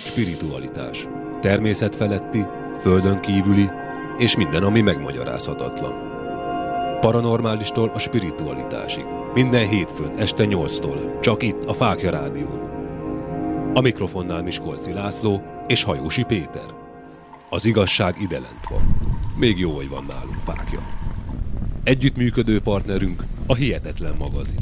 spiritualitás. Természetfeletti, földön kívüli, és minden, ami megmagyarázhatatlan. Paranormálistól a spiritualitásig. Minden hétfőn este 8-tól, csak itt a Fáklya Rádión. A mikrofonnál Miskolci László és Hajósi Péter. Az igazság ide lent van. Még jó, hogy van nálunk fákja. Együttműködő partnerünk a Hihetetlen magazin.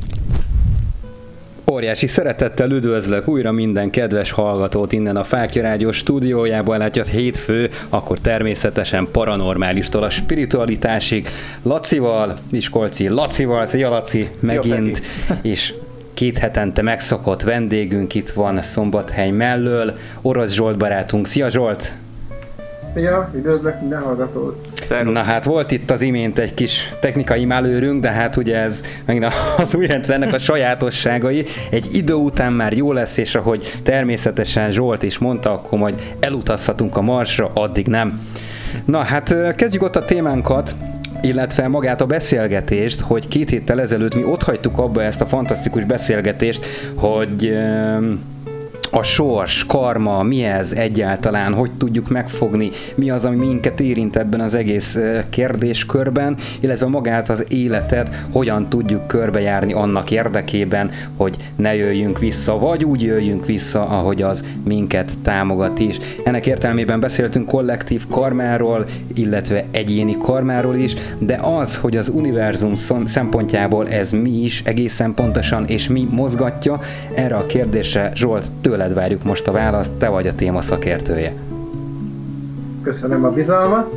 Óriási szeretettel üdvözlök újra minden kedves hallgatót innen a Fáklya Rádió stúdiójában. Látja, hétfő, akkor természetesen paranormálistól a spiritualitásig. Lacival, Miskolci Lacival, szia Laci, szia, megint, Peti. És 2 hetente megszokott vendégünk itt van Szombathely mellől, Orosz Zsolt barátunk. Szia Zsolt! Szia, üdvözlök minden hallgatót! Szervusz. Na hát volt itt az imént egy kis technikai malőrünk, de hát ugye ez megint az új rendszernek a sajátosságai. Egy idő után már jó lesz, és ahogy természetesen Zsolt is mondta, akkor majd elutazhatunk a Marsra, addig nem. Na hát kezdjük ott a témánkat, illetve magát a beszélgetést, hogy 2 héttel ezelőtt mi ott hagytuk abba ezt a fantasztikus beszélgetést, hogy a sors, karma, mi ez egyáltalán, hogy tudjuk megfogni, mi az, ami minket érint ebben az egész kérdéskörben, illetve magát az életet hogyan tudjuk körbejárni annak érdekében, hogy ne jöjjünk vissza, vagy úgy jöjjünk vissza, ahogy az minket támogat is. Ennek értelmében beszéltünk kollektív karmáról, illetve egyéni karmáról is, de az, hogy az univerzum szempontjából ez mi is egészen pontosan, és mi mozgatja, erre a kérdésre Zsolt, tőled várjuk most a választ, te vagy a téma szakértője. Köszönöm a bizalmat.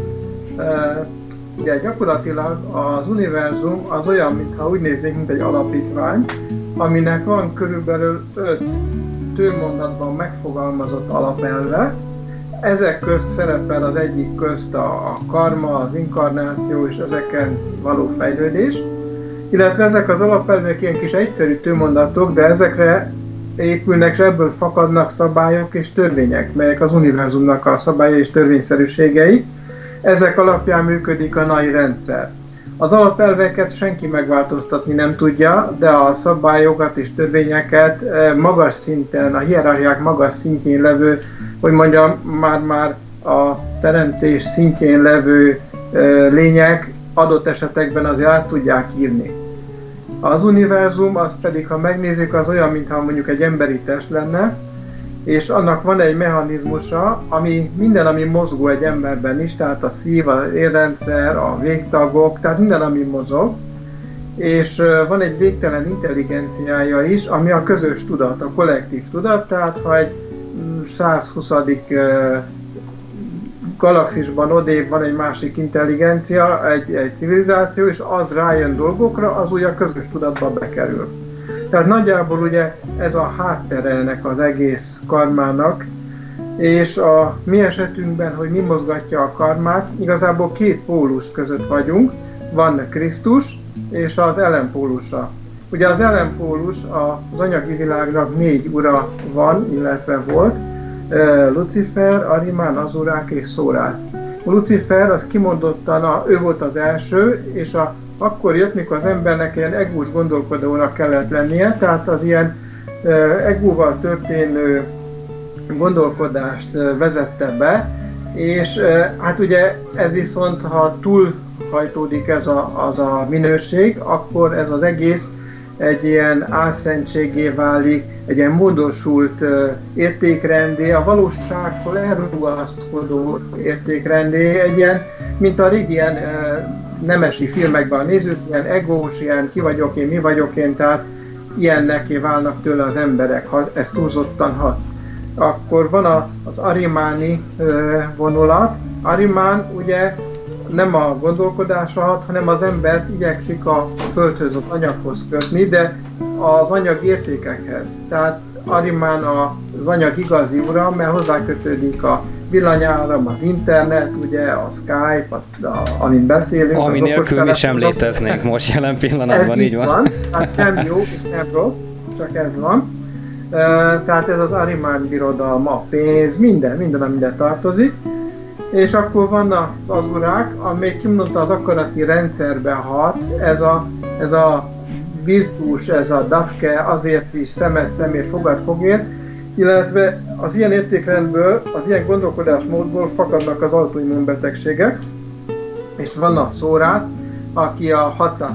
Ugye gyakorlatilag az univerzum az olyan, mintha úgy néznék, mint egy alapítvány, aminek van körülbelül 5 tőmondatban megfogalmazott alapelve. Ezek közt szerepel az egyik közt a karma, az inkarnáció és ezeken való fejlődés. Illetve ezek az alapelvek ilyen kis egyszerű tőmondatok, de ezekre épülnek, és ebből fakadnak szabályok és törvények, melyek az univerzumnak a szabályai és törvényszerűségei. Ezek alapján működik a NAI rendszer. Az alapelveket senki megváltoztatni nem tudja, de a szabályokat és törvényeket magas szinten, a hierarchiák magas szintjén levő, hogy mondjam, már a teremtés szintjén levő lények adott esetekben azért át tudják írni. Az univerzum, az pedig, ha megnézzük, az olyan, mintha mondjuk egy emberi test lenne, és annak van egy mechanizmusa, ami mozgó egy emberben is, tehát a szív, az érrendszer, a végtagok, tehát minden, ami mozog, és van egy végtelen intelligenciája is, ami a közös tudat, a kollektív tudat, tehát ha egy 120. galaxisban odébb van egy másik intelligencia, egy civilizáció, és az rájön dolgokra, az ugye a közös tudatba bekerül. Tehát nagyjából ugye ez a háttere ennek az egész karmának, és a mi esetünkben, hogy mi mozgatja a karmát, igazából 2 pólus között vagyunk, van Krisztus és az ellenpólusa. Ugye az ellenpólus az anyagi világnak 4 ura van, illetve volt, Lucifer, Arimán, Azurák és Szórát. Lucifer az kimondottan, ő volt az első, és akkor jött, mikor az embernek ilyen egós gondolkodónak kellett lennie, tehát az ilyen egóval történő gondolkodást vezette be, és hát ugye ez viszont, ha túlhajtódik az a minőség, akkor ez az egész egy ilyen álszentségé válik, egy ilyen módosult értékrendé, a valóságtól elrugaszkodó értékrendé, egy ilyen, mint a régi ilyen nemesi filmekben nézzük, ilyen egós, ilyen ki vagyok én, mi vagyok én, tehát ilyenneké válnak tőle az emberek, ha ez túlzottan hat. Akkor van az arimáni vonulat. Arimán ugye nem a gondolkodásra hat, hanem az embert igyekszik a földhöz, az anyaghoz kötni, de az anyag értékekhez. Tehát Arimán az anyag igazi ura, mert hozzákötődik a villanyáram, az internet, ugye a Skype, amin beszélünk. Ami nélkül mi sem léteznénk most jelen pillanatban, így van. Hát nem jó és nem rossz, csak ez van. Tehát ez az Arimán birodalma, a pénz, minden, ami ide tartozik. És akkor vannak az azurák, amely kimondta az akarati rendszerbe hat, ez a virtus, ez a dafke, azért is szemért fogad fogért, illetve az ilyen értékrendből, az ilyen gondolkodásmódból fakadnak az autoimmunbetegségek, és van a Szórát, aki a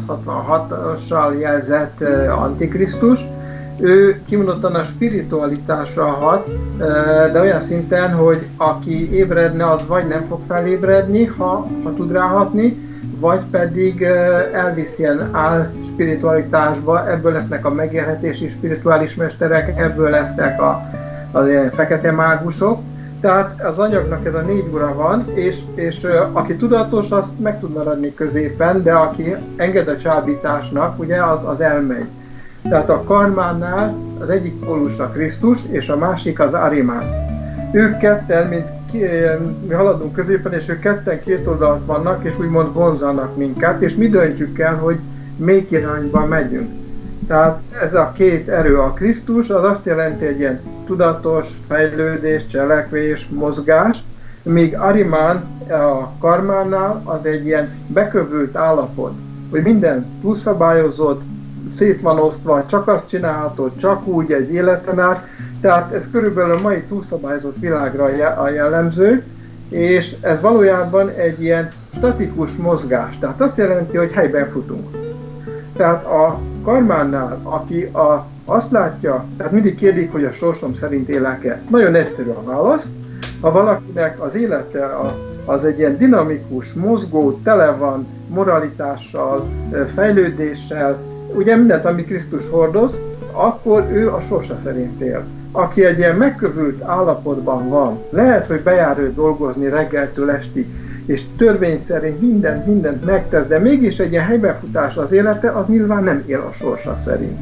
666-ossal jelzett Antikrisztus. Ő kimondottan a spiritualitásra hat, de olyan szinten, hogy aki ébredne, az vagy nem fog felébredni, ha tud ráhatni, vagy pedig elvisz ilyen spiritualitásba, ebből lesznek a megélhetési spirituális mesterek, ebből lesznek az ilyen fekete mágusok. Tehát az anyagnak ez a 4 ura van, és aki tudatos, azt meg tud maradni középen, de aki enged a csábításnak, ugye az elmegy. Tehát a karmánál az egyik pólus a Krisztus, és a másik az Arimán. Ők ketten, mi haladunk középen, és ők ketten két oldalt vannak, és úgymond vonzanak minket, és mi döntjük el, hogy melyik irányba megyünk. Tehát ez a két erő, a Krisztus, az azt jelenti egy ilyen tudatos fejlődés, cselekvés, mozgás, míg Arimán a karmánál az egy ilyen bekövült állapot, hogy minden túlszabályozott, szét van osztva, csak azt csinálhatod, csak úgy egy életen át, tehát ez körülbelül a mai túlszabályozott világra a jellemző, és ez valójában egy ilyen statikus mozgás, tehát azt jelenti, hogy helyben futunk. Tehát a karmánnál, aki azt látja, tehát mindig kérdik, hogy a sorsom szerint élek-e. Nagyon egyszerű a válasz. Ha valakinek az élete az egy ilyen dinamikus, mozgó, tele van moralitással, fejlődéssel, ugye mindent, ami Krisztus hordoz, akkor ő a sorsa szerint él. Aki egy ilyen megkövült állapotban van, lehet, hogy bejár ő dolgozni reggeltől estig, és törvény szerint mindent megtesz, de mégis egy ilyen helybefutás az élete, az nyilván nem él a sorsa szerint.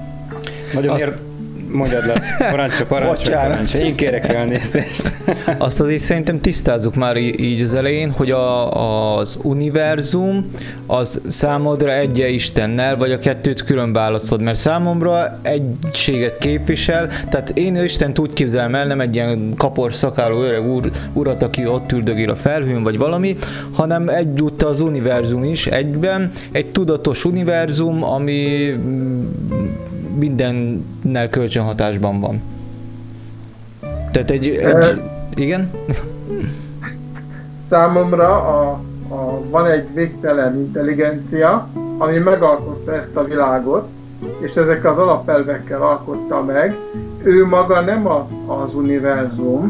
Nagyon mondjad le, parancsolj, én kérek elnézést. Azt azért szerintem tisztázzuk már így az elején, hogy az univerzum az számodra egy Istennel, vagy a kettőt külön választod, mert számomra egységet képvisel, tehát én Istent úgy képzelem el, nem egy ilyen kapors szakáló öreg urat, aki ott üldögél a felhőn, vagy valami, hanem egyúttal az univerzum is egyben, egy tudatos univerzum, ami mindennel kölcsönhatásban van. Tehát igen? Számomra van egy végtelen intelligencia, ami megalkotta ezt a világot, és ezekkel az alapelvekkel alkotta meg. Ő maga nem az univerzum,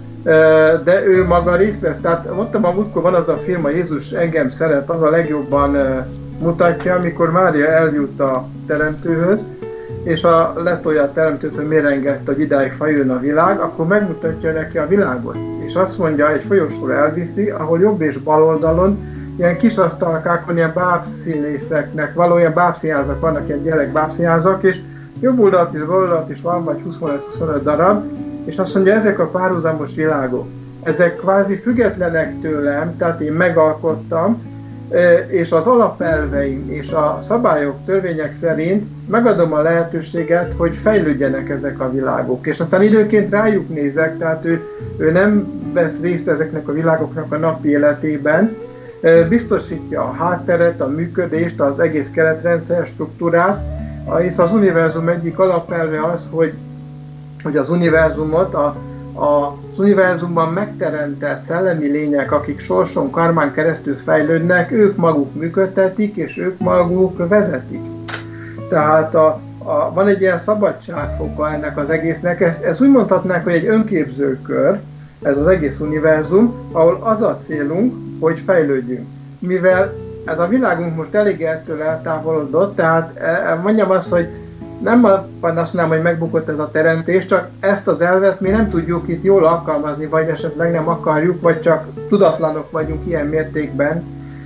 de ő maga részt vesz. Tehát mondtam, a múltkor van az a film, a Jézus engem szeret, az a legjobban mutatja, amikor Mária eljut a Teremtőhöz, és letolja a Teremtőt, hogy miért engedte, hogy idáig fajuljon a világ, akkor megmutatja neki a világot. És azt mondja, egy folyosóra elviszi, ahol jobb és bal oldalon ilyen kis asztalkákon, ilyen bábszínészeknek, valójában bábszínházak vannak, ilyen gyerek bábszínházak, és jobb oldalt is, bal oldalt is van, vagy 25-25 darab, és azt mondja, ezek a párhuzamos világok, ezek kvázi függetlenek tőlem, tehát én megalkottam, és az alapelveim és a szabályok, törvények szerint megadom a lehetőséget, hogy fejlődjenek ezek a világok. És aztán időnként rájuk nézek, tehát ő nem vesz részt ezeknek a világoknak a napi életében, biztosítja a hátteret, a működést, az egész keretrendszer struktúrát, és az univerzum egyik alapelve az, hogy az univerzumot az univerzumban megteremtett szellemi lények, akik sorson, karmán keresztül fejlődnek, ők maguk működtetik, és ők maguk vezetik. Tehát van egy ilyen szabadságfoka ennek az egésznek, ezt úgy mondhatnánk, hogy egy önképzőkör, ez az egész univerzum, ahol az a célunk, hogy fejlődjünk. Mivel ez a világunk most elég ettől eltávolodott, tehát mondjam azt, hogy nem azt mondanám, hogy megbukott ez a teremtés, csak ezt az elvet mi nem tudjuk itt jól alkalmazni, vagy esetleg nem akarjuk, vagy csak tudatlanok vagyunk ilyen mértékben.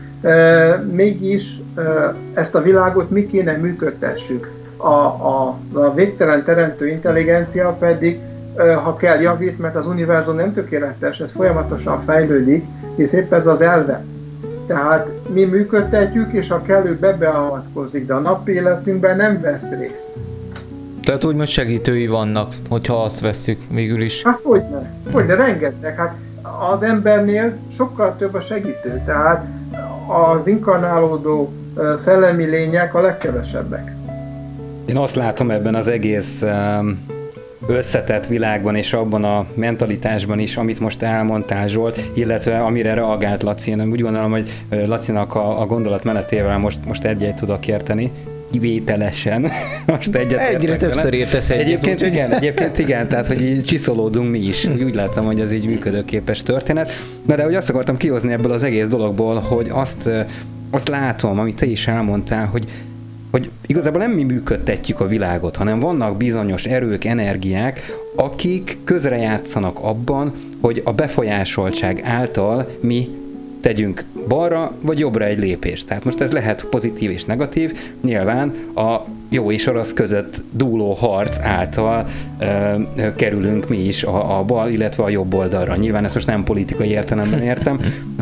Mégis ezt a világot mi kéne működtessük. A végtelen teremtő intelligencia pedig, ha kell, javít, mert az univerzum nem tökéletes, ez folyamatosan fejlődik, hisz épp ez az elve. Tehát mi működtetjük, és ha kellő beavatkozik, de a napi életünkben nem vesz részt. Tehát úgymond segítői vannak, hogyha azt vesszük végül is. Hát hogyne, rengeteg. Hát az embernél sokkal több a segítő, tehát az inkarnálódó szellemi lények a legkevesebbek. Én azt látom ebben az egész összetett világban és abban a mentalitásban is, amit most elmondtál, Zsolt, illetve amire reagált Laci. Én úgy gondolom, hogy Lacinak a gondolatmenetével most egyet tudok érteni. Kivételesen. Most egyre többször értesz egyet. Egyébként igen, tehát hogy így csiszolódunk mi is. Úgy láttam, hogy ez így működőképes történet. Na de hogy azt akartam kihozni ebből az egész dologból, hogy azt látom, amit te is elmondtál, hogy igazából nem mi működtetjük a világot, hanem vannak bizonyos erők, energiák, akik közrejátszanak abban, hogy a befolyásoltság által mi tegyünk balra vagy jobbra egy lépést. Tehát most ez lehet pozitív és negatív, nyilván a jó és a rossz között dúló harc által kerülünk mi is a bal, illetve a jobb oldalra. Nyilván ezt most nem politikai értelemben értem,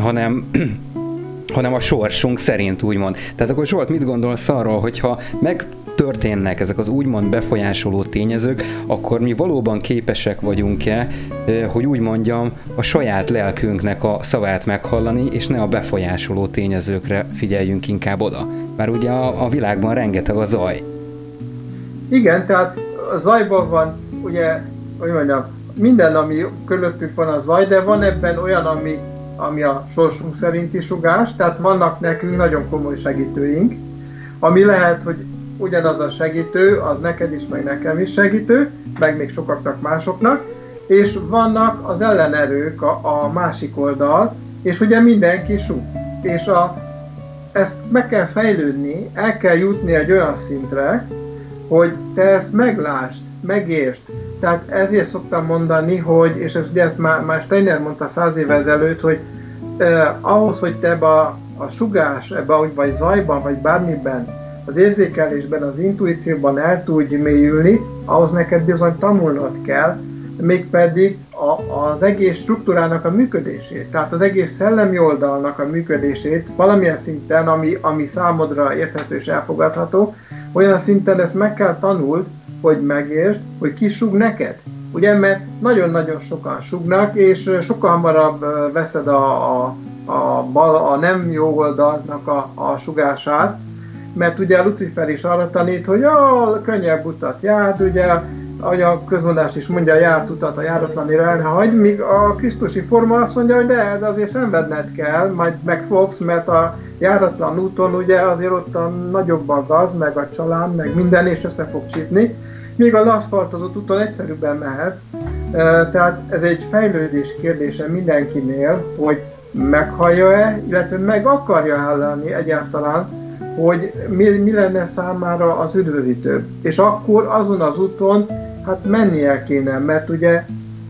hanem a sorsunk szerint úgymond. Tehát akkor Zsolt, mit gondolsz arról, hogyha megtörténnek ezek az úgymond befolyásoló tényezők, akkor mi valóban képesek vagyunk-e, hogy úgy mondjam, a saját lelkünknek a szavát meghallani, és ne a befolyásoló tényezőkre figyeljünk inkább oda? Bár ugye a világban rengeteg a zaj. Igen, tehát a zajban van, ugye, hogy mondjam, minden, ami körülöttünk van a zaj, de van ebben olyan, ami a sorsunk szerinti sugás, tehát vannak nekünk nagyon komoly segítőink, ami lehet, hogy ugyanaz a segítő, az neked is, meg nekem is segítő, meg még sokaknak másoknak, és vannak az ellenerők, a másik oldal, és ugye mindenki sug. És ezt meg kell fejlődni, el kell jutni egy olyan szintre, hogy te ezt meglásd, megértsd. Tehát ezért szoktam mondani, hogy, és ezt már Steiner mondta 100 évvel ezelőtt, hogy ahhoz, hogy te ebbe a sugás, vagy zajban, vagy bármiben, az érzékelésben, az intuícióban el tudj mélyülni, ahhoz neked bizony tanulnod kell, mégpedig az egész struktúrának a működését, tehát az egész szellemi oldalnak a működését valamilyen szinten, ami számodra érthető és elfogadható, olyan szinten ezt meg kell tanuld, hogy megértsd, hogy ki sug neked. Ugye, mert nagyon-nagyon sokan sugnak, és sokkal hamarabb veszed a nem jó oldalnak a sugását, mert ugye Lucifer is arra tanít, hogy könnyebb utat járd, ugye, ahogy a közmondás is mondja, a járt utat a járatlanira el ne hagyd, míg a krisztusi forma azt mondja, hogy de azért szenvedned kell, majd megfogsz, mert a járatlan úton ugye azért ott a nagyobb a gaz, meg a csalán, meg minden, és össze fog csípni, míg az aszfaltozott úton egyszerűbben mehetsz. Tehát ez egy fejlődés kérdése mindenkinél, hogy meghallja-e, illetve meg akarja hallani egyáltalán, hogy mi lenne számára az üdvözítőbb. És akkor azon az úton hát mennie kéne, mert ugye,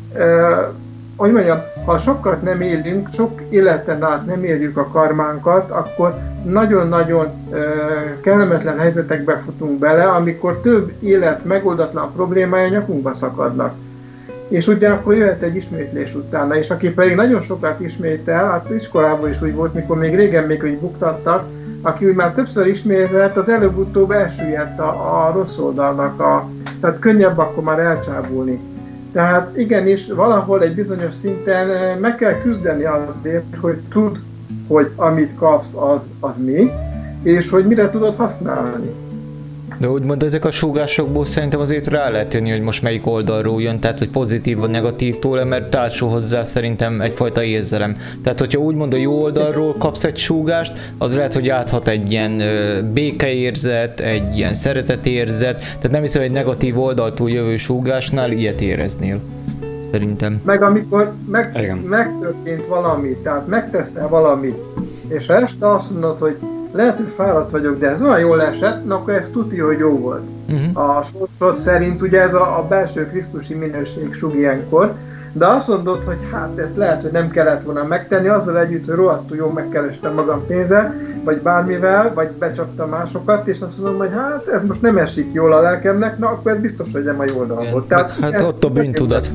hogy mondjam, ha sokat nem élünk, sok életen át nem éljük a karmánkat, akkor nagyon-nagyon kellemetlen helyzetekbe futunk bele, amikor több élet megoldatlan problémája nyakunkba szakadnak. És ugyanakkor jöhet egy ismétlés utána, és aki pedig nagyon sokat ismétel, hát iskolában is úgy volt, mikor még régen még hogy buktattak, aki úgy már többször ismételt, az előbb-utóbb elsüllyedt a rossz oldalnak, tehát könnyebb akkor már elcsábulni. Tehát igenis, valahol egy bizonyos szinten meg kell küzdeni azért, hogy tudd, hogy amit kapsz, az mi, és hogy mire tudod használni. De úgymond ezek a súgásokból szerintem azért rá lehet jönni, hogy most melyik oldalról jön, tehát hogy pozitív vagy negatív tőle, mert társul hozzá szerintem egyfajta érzelem. Tehát hogyha úgymond a jó oldalról kapsz egy súgást, az lehet, hogy áthat egy ilyen békeérzet, egy ilyen szeretetérzet, tehát nem hiszem, hogy egy negatív oldaltól jövő súgásnál ilyet éreznél. Szerintem. Meg amikor megtörtént valami, tehát megteszel valamit, és ha este azt mondod, hogy lehet, hogy fáradt vagyok, de ez olyan jól esett, akkor ez tudja, hogy jó volt. A sorsod szerint ugye ez a belső krisztusi minőség sug ilyenkor, de azt mondod, hogy hát ezt lehet, hogy nem kellett volna megtenni, azzal együtt, hogy rohadtul jól megkerestem magam pénzzel, vagy bármivel, vagy becsaptam másokat, és azt mondom, hogy hát ez most nem esik jól a lelkemnek, na akkor ez biztos, hogy nem a jó oldal volt. Hát ott a bűntudat.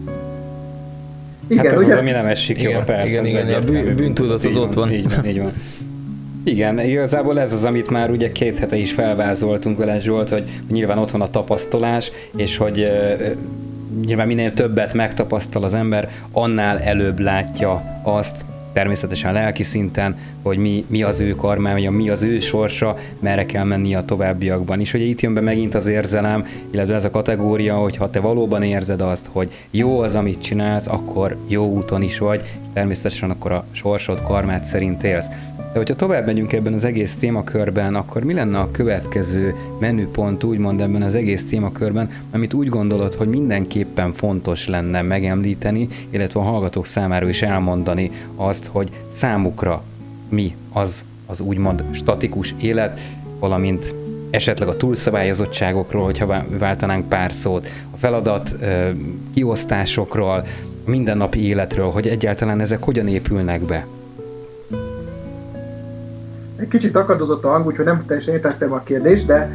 Igen, hát ez ugye az, ami nem esik jól, persze. Igen, a bűntudat az ott van. Így van. Igen, igazából ez az, amit már ugye 2 hete is felvázoltunk vele, Zsolt, hogy nyilván ott van a tapasztalás, és hogy nyilván minél többet megtapasztal az ember, annál előbb látja azt, természetesen lelki szinten, hogy mi az ő karmája, mi az ő sorsa, merre kell mennie a továbbiakban. És ugye itt jön be megint az érzelem, illetve ez a kategória, hogy ha te valóban érzed azt, hogy jó az, amit csinálsz, akkor jó úton is vagy, természetesen akkor a sorsod, karmád szerint élsz. De hogyha tovább megyünk ebben az egész témakörben, akkor mi lenne a következő menüpont úgymond ebben az egész témakörben, amit úgy gondolod, hogy mindenképpen fontos lenne megemlíteni, illetve a hallgatók számára is elmondani azt, hogy számukra mi az úgymond statikus élet, valamint esetleg a túlszabályozottságokról, hogyha váltanánk pár szót, a feladat kiosztásokról, a mindennapi életről, hogy egyáltalán ezek hogyan épülnek be. Egy kicsit akadozott a hang, úgyhogy nem teljesen értettem a kérdést, de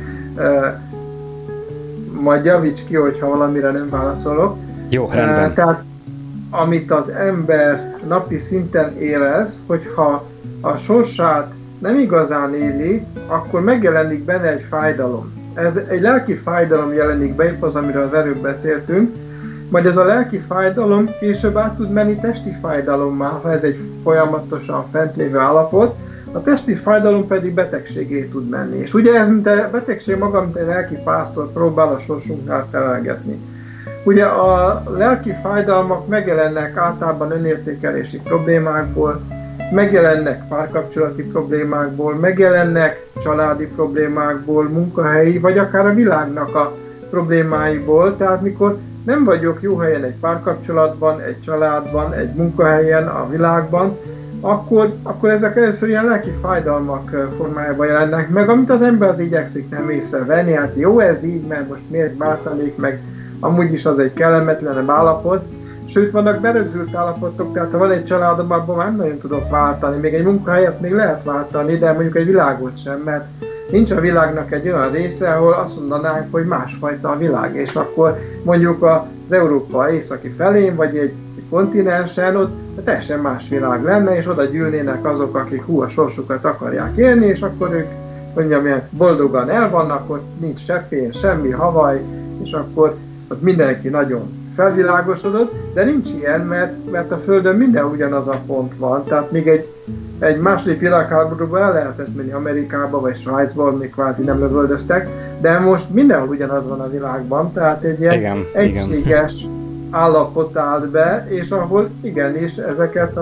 majd javíts ki, hogyha valamire nem válaszolok. Jó, rendben. Tehát amit az ember napi szinten érez, hogyha a sorsát nem igazán éli, akkor megjelenik benne egy fájdalom. Ez egy lelki fájdalom jelenik be, épp az, amiről az előbb beszéltünk, majd ez a lelki fájdalom később át tud menni testi fájdalommá, ha ez egy folyamatosan fent lévő állapot, a testi fájdalom pedig betegségé tud menni. És ugye ez, mint a betegség maga, mint egy lelki pásztor próbál a sorsunknál telelgetni. Ugye a lelki fájdalmak megjelennek általában önértékelési problémákból, megjelennek párkapcsolati problémákból, megjelennek családi problémákból, munkahelyi, vagy akár a világnak a problémáiból. Tehát mikor nem vagyok jó helyen egy párkapcsolatban, egy családban, egy munkahelyen, a világban, akkor ezek először ilyen lelki fájdalmak formájában jelennek meg, amit az ember az igyekszik nem észrevenni, hát jó ez így, mert most miért váltanék meg, amúgy is az egy kellemetlenebb állapot. Sőt, vannak berögzült állapotok, tehát ha van egy családom, abban már nem nagyon tudok váltani, még egy munkahelyet még lehet váltani, de mondjuk egy világot sem, mert nincs a világnak egy olyan része, ahol azt mondanánk, hogy másfajta a világ, és akkor mondjuk az Európa északi felén, vagy egy kontinensen, ott teljesen más világ lenne, és oda gyűlnének azok, akik a sorsukat akarják élni, és akkor ők mondjam, ilyen boldogan el vannak, ott nincs se pénz, semmi, Hawaii, és akkor ott mindenki nagyon felvilágosodott, de nincs ilyen, mert a Földön minden ugyanaz a pont van, tehát még egy második világháborúban el lehetett menni Amerikába, vagy Svájcba, még kvázi nem lövöldöztek, de most mindenhol ugyanaz van a világban, tehát egy ilyen egységes állapot állt be, és ahol igenis ezeket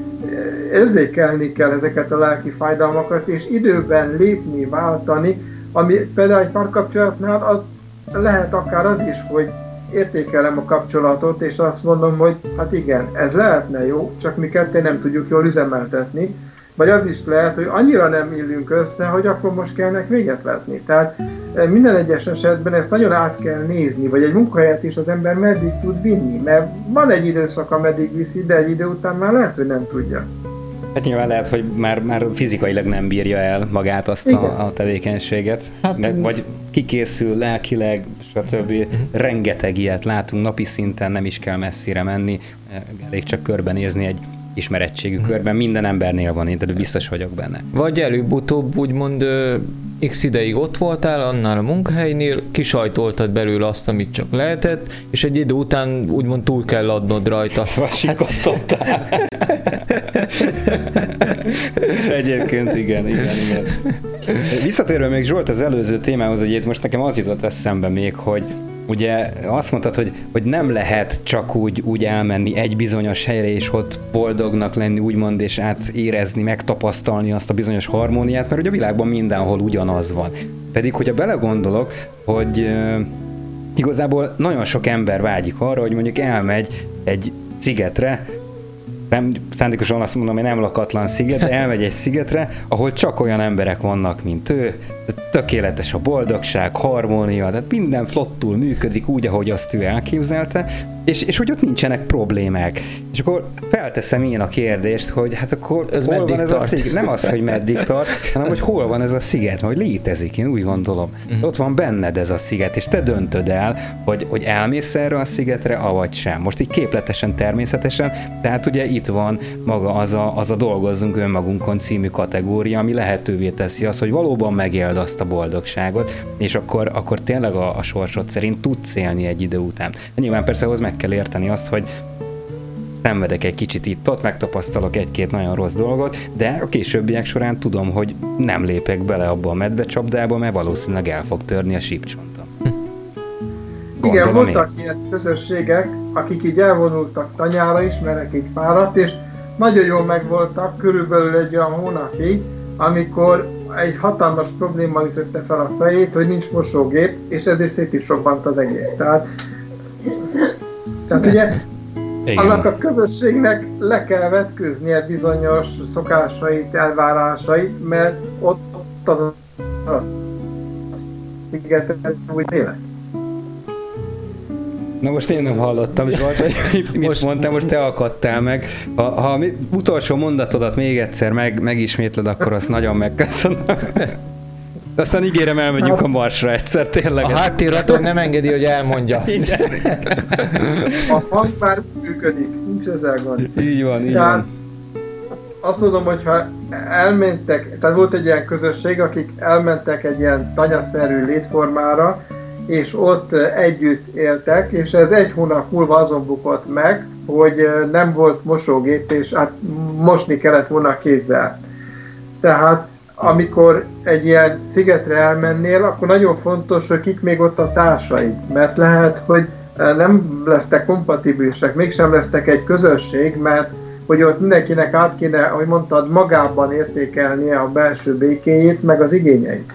érzékelni kell ezeket a lelki fájdalmakat, és időben lépni, váltani, ami például egy párkapcsolatnál az lehet akár az is, hogy értékelem a kapcsolatot, és azt mondom, hogy hát igen, ez lehetne jó, csak mi ketten nem tudjuk jól üzemeltetni, vagy az is lehet, hogy annyira nem illünk össze, hogy akkor most kellene véget vetni. Tehát minden egyes esetben ezt nagyon át kell nézni, vagy egy munkahelyet is az ember meddig tud vinni, mert van egy időszak, ameddig viszi, de egy idő után már lehet, hogy nem tudja. Hát nyilván lehet, hogy már fizikailag nem bírja el magát azt a tevékenységet, vagy kikészül lelkileg, stb. Rengeteg ilyet látunk napi szinten, nem is kell messzire menni, elég csak körbenézni egy ismerettségű körben, minden embernél van, én de biztos vagyok benne. Vagy előbb-utóbb úgymond x ideig ott voltál annál a munkahelynél, kisajtoltad belőle azt, amit csak lehetett, és egy idő után úgymond túl kell adnod rajta. Vasikosztottál. Egyébként igen. Visszatérve még Zsolt az előző témához, hogy itt most nekem az jutott eszembe még, hogy ugye azt mondtad, hogy nem lehet csak úgy elmenni egy bizonyos helyre, és ott boldognak lenni, úgymond, és átérezni, megtapasztalni azt a bizonyos harmóniát, mert ugye a világban mindenhol ugyanaz van. Pedig, hogyha belegondolok, hogy igazából nagyon sok ember vágyik arra, hogy mondjuk elmegy egy szigetre, nem szándékosan azt mondom, hogy nem lakatlan sziget, de elmegy egy szigetre, ahol csak olyan emberek vannak, mint ő, tökéletes a boldogság, harmónia, tehát minden flottul működik úgy, ahogy azt ő elképzelte, és hogy ott nincsenek problémák. És akkor felteszem én a kérdést, hogy hát akkor ez hol van ez tart? a sziget? Nem az, hogy meddig tart, hanem hogy hol van ez a sziget, hogy létezik, én úgy gondolom. Ott van benned ez a sziget, és te döntöd el, hogy elmész erre a szigetre, avagy sem. Most így képletesen, természetesen, tehát ugye itt van maga az a Dolgozzunk önmagunkon című kategória, ami lehetővé teszi azt, hogy valóban megéld azt a boldogságot, és akkor tényleg a sorsod szerint tudsz élni egy idő után. De nyilván persze ahhoz meg kell érteni azt, hogy szenvedek egy kicsit itt-ott, megtapasztalok egy-két nagyon rossz dolgot, de a későbbiek során tudom, hogy nem lépek bele abba a medvecsapdába, mert valószínűleg el fog törni a sípcsontom. Igen, voltak ilyen közösségek, akik így elvonultak tanyára, ismerek egy párat, és nagyon jól megvoltak körülbelül egy olyan hónapig, amikor egy hatalmas probléma ütötte fel a fejét, hogy nincs mosógép, és ezért szét is robbant az egész. Tehát ugye annak a közösségnek le kell vetkőznie bizonyos szokásait, elvárásait, mert ott az a szigetet úgy élet. Na most én nem hallottam, Zsolt, hogy mit mondtam, most te akadtál meg. Ha utolsó mondatodat még egyszer megismétled, akkor azt nagyon megköszönöm. Aztán ígérem, elmegyünk a Marsra egyszer, tényleg. A háttérraton nem engedi, hogy elmondja. A hang már működik, nincs ezzel gond. Így van. Azt mondom, hogy ha elmentek, tehát volt egy ilyen közösség, akik elmentek egy ilyen tanyaszerű létformára, és ott együtt éltek, és ez egy hónap múlva azon bukott meg, hogy nem volt mosógép, és hát mosni kellett volna kézzel. Tehát amikor egy ilyen szigetre elmennél, akkor nagyon fontos, hogy kik még ott a társaid, mert lehet, hogy nem lesztek kompatibilisek, mégsem lesztek egy közösség, mert hogy ott mindenkinek át kéne, ahogy mondtad, magában értékelnie a belső békéjét, meg az igényeit.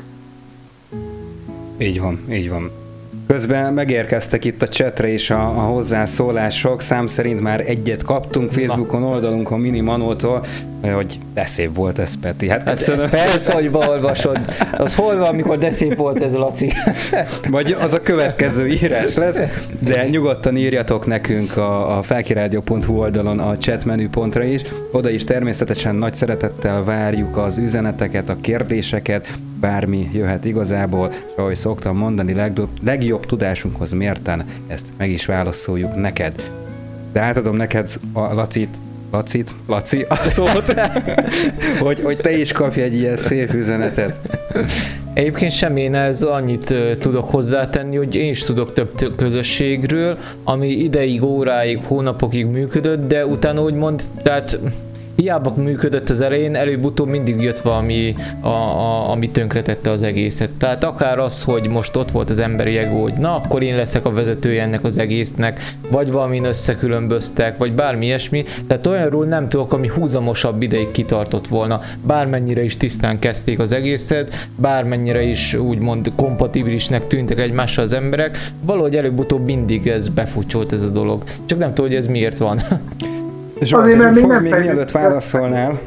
Így van. Közben megérkeztek itt a chatre is a hozzászólások, szám szerint már egyet kaptunk Facebookon, oldalunkon, Mini Manótól, hogy de szép volt ez, Peti. Hát ez persze, hogy beolvasod. Az hol van, amikor de szép volt ez, Laci? Vagy az a következő írás lesz, de nyugodtan írjatok nekünk a felkiradio.hu oldalon a chat menüpontra is. Oda is természetesen nagy szeretettel várjuk az üzeneteket, a kérdéseket, bármi jöhet igazából, és ahogy szoktam mondani, legjobb tudásunkhoz mérten ezt meg is válaszoljuk neked. De átadom neked a Laci, a szót, hogy te is kapj egy ilyen szép üzenetet. Egyébként semmi, én ez annyit tudok hozzátenni, hogy én is tudok több közösségről, ami ideig, óráig, hónapokig működött, de utána úgymond, tehát hiába működött az elején, előbb-utóbb mindig jött valami, ami tönkretette az egészet. Tehát akár az, hogy most ott volt az emberi ego, hogy na, akkor én leszek a vezetője ennek az egésznek, vagy valamin összekülönböztek, vagy bármi ilyesmi. Tehát olyanról nem tudok, ami húzamosabb ideig kitartott volna. Bármennyire is tisztán kezdték az egészet, bármennyire is úgymond kompatibilisnek tűntek egymással az emberek, valahogy előbb-utóbb mindig ez befutcsolt ez a dolog. Csak nem tudom, hogy ez miért van. Zsolt, azért, mert még mielőtt válaszolnál,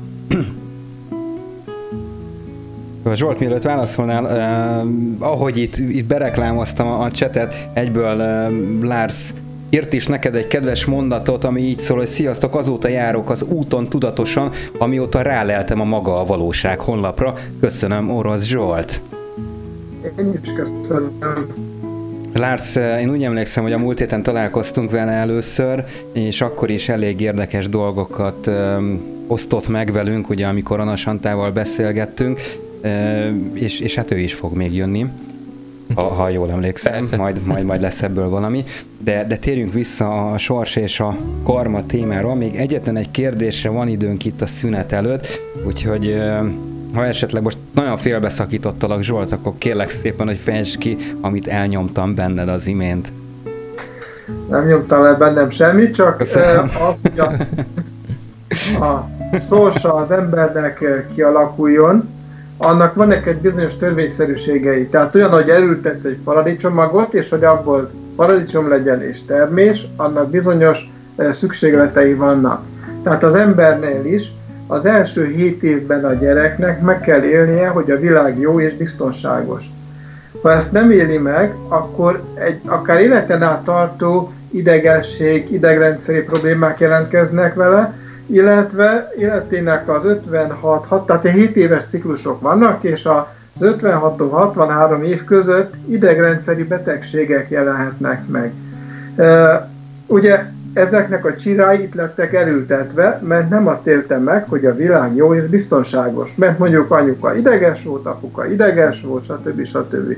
ahogy itt bereklámoztam a chatet, egyből Lars írt is neked egy kedves mondatot, ami így szól, hogy sziasztok, azóta járok az úton tudatosan, amióta ráleltem a Maga a Valóság honlapra. Köszönöm, Orosz Zsolt. Én is köszönöm. Lars, én úgy emlékszem, hogy a múlt héten találkoztunk vele először, és akkor is elég érdekes dolgokat osztott meg velünk, ugye, amikor Anna Santával beszélgettünk, és hát ő is fog még jönni, ha jól emlékszem, majd lesz ebből valami. De térjünk vissza a sors és a karma témára. Még egyetlen egy kérdésre van időnk itt a szünet előtt, úgyhogy ha esetleg most nagyon félbeszakítottalak, Zsolt, akkor kérlek szépen, hogy fejtsd ki, amit elnyomtam benned az imént. Nem nyomtam le bennem semmit, csak az, hogy a sorsa az embernek kialakuljon, annak vannak egy bizonyos törvényszerűségei. Tehát olyan, hogy elültetsz egy paradicsommagot, és hogy abból paradicsom legyen és termés, annak bizonyos szükségletei vannak. Tehát az embernél is az első 7 évben a gyereknek meg kell élnie, hogy a világ jó és biztonságos. Ha ezt nem éli meg, akkor akár életen át tartó idegesség, idegrendszeri problémák jelentkeznek vele, illetve életének az 56, tehát 7 éves ciklusok vannak, és az 56-63 év között idegrendszeri betegségek jelenhetnek meg. Ugye ezeknek a csirái itt lettek elültetve, mert nem azt élte meg, hogy a világ jó és biztonságos. Mert mondjuk anyuka ideges volt, apuka ideges volt, stb.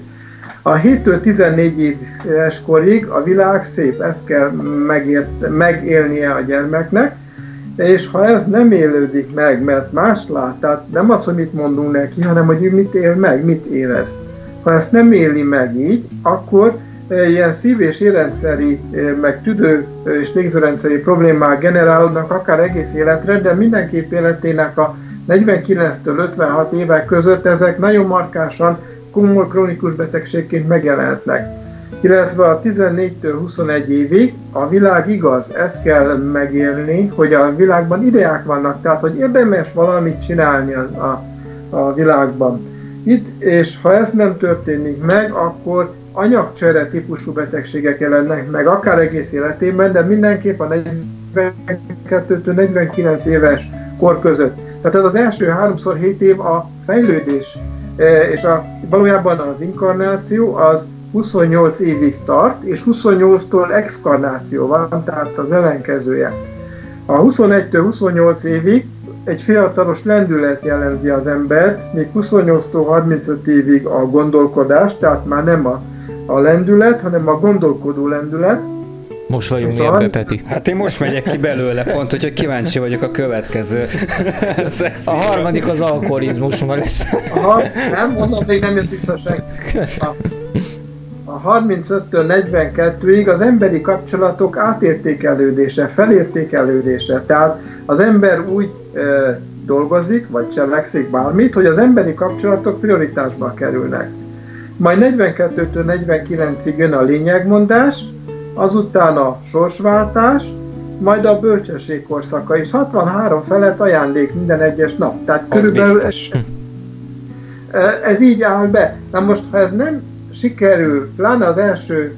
A 7-től 14 éves korig a világ szép, ezt kell megélnie a gyermeknek, és ha ez nem élődik meg, mert más lát, tehát nem az, hogy mit mondunk neki, hanem hogy ő mit él meg, mit érez. Ha ezt nem éli meg így, akkor ilyen szív- és érrendszeri, meg tüdő- és légzőrendszeri problémák generálódnak akár egész életre, de mindenképp életének a 49-től 56 évek között ezek nagyon markánsan komoly krónikus betegségként megjelenhetnek. Illetve a 14-től 21 évig a világ igaz, ezt kell megélni, hogy a világban ideák vannak, tehát hogy érdemes valamit csinálni a világban. Itt, és ha ez nem történik meg, akkor anyagcsere típusú betegségek jelennek meg, akár egész életében, de mindenképp a 42-től 49 éves kor között. Tehát ez az első 3x7 év a fejlődés, és valójában az inkarnáció az 28 évig tart, és 28-tól exkarnáció van, tehát az ellenkezője. A 21-től 28 évig egy fiatalos lendület jellemzi az embert, még 28-tól 35 évig a gondolkodás, tehát már nem a lendület, hanem a gondolkodó lendület. Most vagyunk mi ebbe, Peti? Hát én most megyek ki belőle, pont, hogyha kíváncsi vagyok a következő szekcióra. A harmadik az alkoholizmus már lesz. Nem, onnan még nem jött vissza senki. A 35-től 42-ig az emberi kapcsolatok átértékelődése, felértékelődése. Tehát az ember úgy dolgozik, vagy cselekszik bármit, hogy az emberi kapcsolatok prioritásba kerülnek. Majd 42-től 49-ig jön a lényegmondás, azután a sorsváltás, majd a bölcsesség korszaka, és 63 felett ajándék minden egyes nap. Tehát körülbelül ez így áll be. Na most, ha ez nem sikerül, pláne az első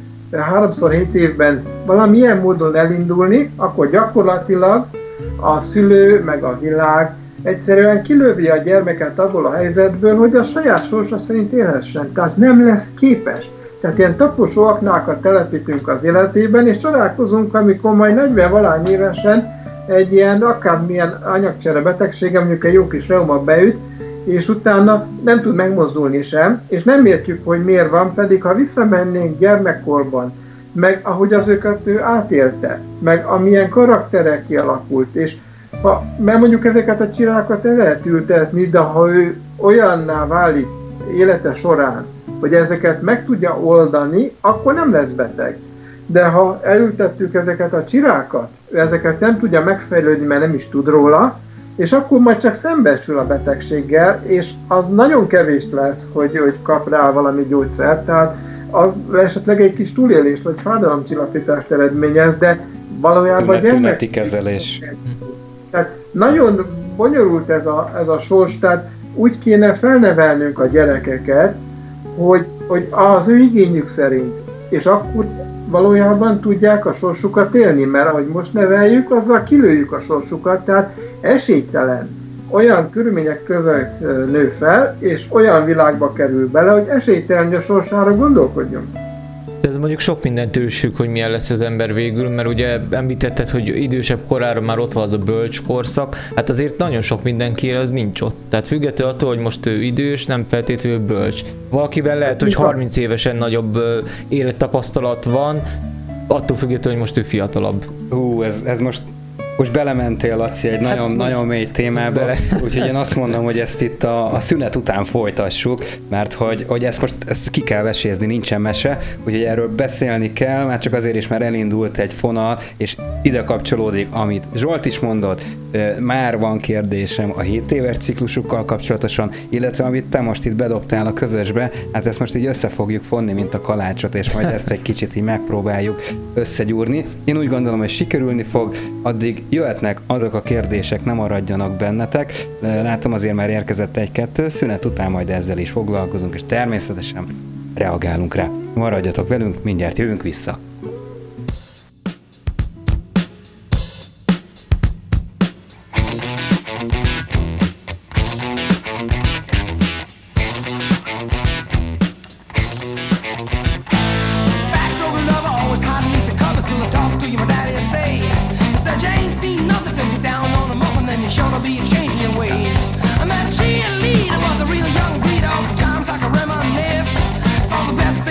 3x7 évben valamilyen módon elindulni, akkor gyakorlatilag a szülő meg a világ egyszerűen kilövi a gyermeket abból a helyzetből, hogy a saját sorsa szerint élhessen. Tehát nem lesz képes. Tehát ilyen taposó aknákat telepítünk az életében, és csodálkozunk, amikor majd 40-valány évesen egy ilyen akármilyen anyagcsere betegsége, mondjuk egy jó kis reuma beüt, és utána nem tud megmozdulni sem, és nem értjük, hogy miért van, pedig ha visszamennénk gyermekkorban, meg ahogy az őket ő átélte, meg amilyen karaktere kialakult, és mert mondjuk ezeket a csirákat el lehet ültetni, de ha ő olyanná válik élete során, hogy ezeket meg tudja oldani, akkor nem lesz beteg. De ha elültettük ezeket a csirákat, ezeket nem tudja megfejlődni, mert nem is tud róla, és akkor majd csak szembesül a betegséggel, és az nagyon kevés lesz, hogy kap rá valami gyógyszert, tehát az esetleg egy kis túlélést vagy fájdalomcsillapítást eredményez, de valójában tüneti kezelés. Tehát nagyon bonyolult ez a sors, tehát úgy kéne felnevelnünk a gyerekeket, hogy az ő igényük szerint, és akkor valójában tudják a sorsukat élni, mert ahogy most neveljük, azzal kilőjük a sorsukat, tehát esélytelen. Olyan körülmények között nő fel, és olyan világba kerül bele, hogy esélytelen, hogy a sorsára gondolkodjon. Ez mondjuk sok mindentől is függ, hogy milyen lesz az ember végül, mert ugye említetted, hogy idősebb korára már ott van az a bölcs korszak, hát azért nagyon sok mindenkire az nincs ott. Tehát függetlenül attól, hogy most ő idős, nem feltétlenül bölcs. Valakiben lehet, hogy 30 évesen nagyobb élettapasztalat van, attól függetlenül, hogy most ő fiatalabb. Ez most belementél, Laci, egy nagyon mély témába, úgyhogy én azt mondom, hogy ezt itt a szünet után folytassuk, mert hogy ezt ki kell vesézni, nincsen mese, úgyhogy erről beszélni kell, már csak azért is, mert elindult egy fonal, és ide kapcsolódik, amit Zsolt is mondott, már van kérdésem a 7 éves ciklusukkal kapcsolatosan, illetve amit te most itt bedobtál a közösbe, hát ezt most így össze fogjuk fonni, mint a kalácsot, és majd ezt egy kicsit így megpróbáljuk összegyúrni. Én úgy gondolom, hogy sikerülni fog, addig jöhetnek azok a kérdések, nem maradjanak bennetek. Látom, azért már érkezett egy-kettő, szünet után majd ezzel is foglalkozunk, és természetesen reagálunk rá. Maradjatok velünk, mindjárt jövünk vissza. Sure to be a change in your ways. I met cheerleader, was a real young breed. All the times I can reminisce. All the best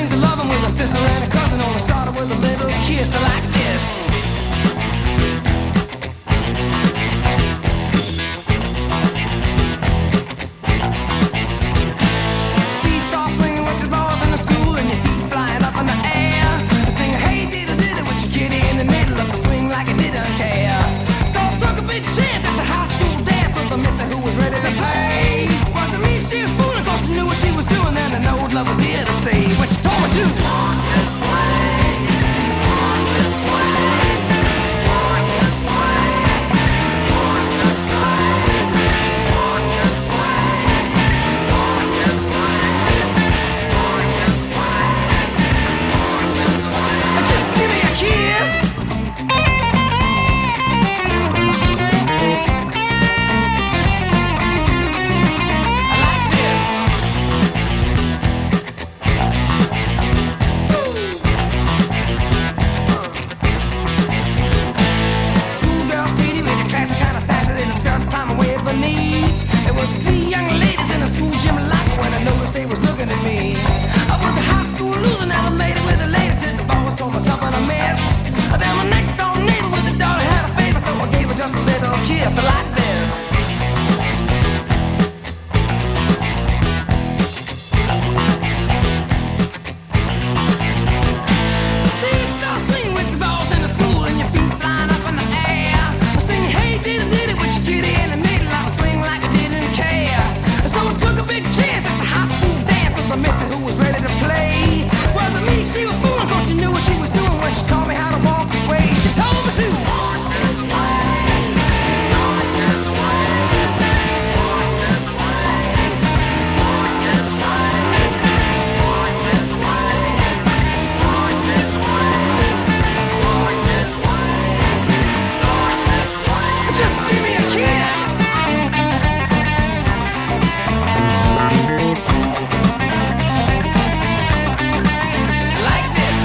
company. There was 3 young ladies in a school gym locker when I noticed they was looking at me. I was a high school loser, never made it with a lady till the boss told me something I missed. Then my next door neighbor with a daughter had a favor, so I gave her just a little kiss like this. See, you start swinging with the balls in the school and your feet flying up in the air. I sing, hey, diddy, with your kitty in the middle, I swing like I didn't care. So I took a big chance at the high school dance with my missy who was ready to play. Wasn't me, she was fooling, cause she knew what she was doing when she taught me how to walk this way. She told me to walk this way, walk this way, walk this way, walk this way, walk this way, walk this way, walk this way, walk this way. Just give me a kiss. Like this.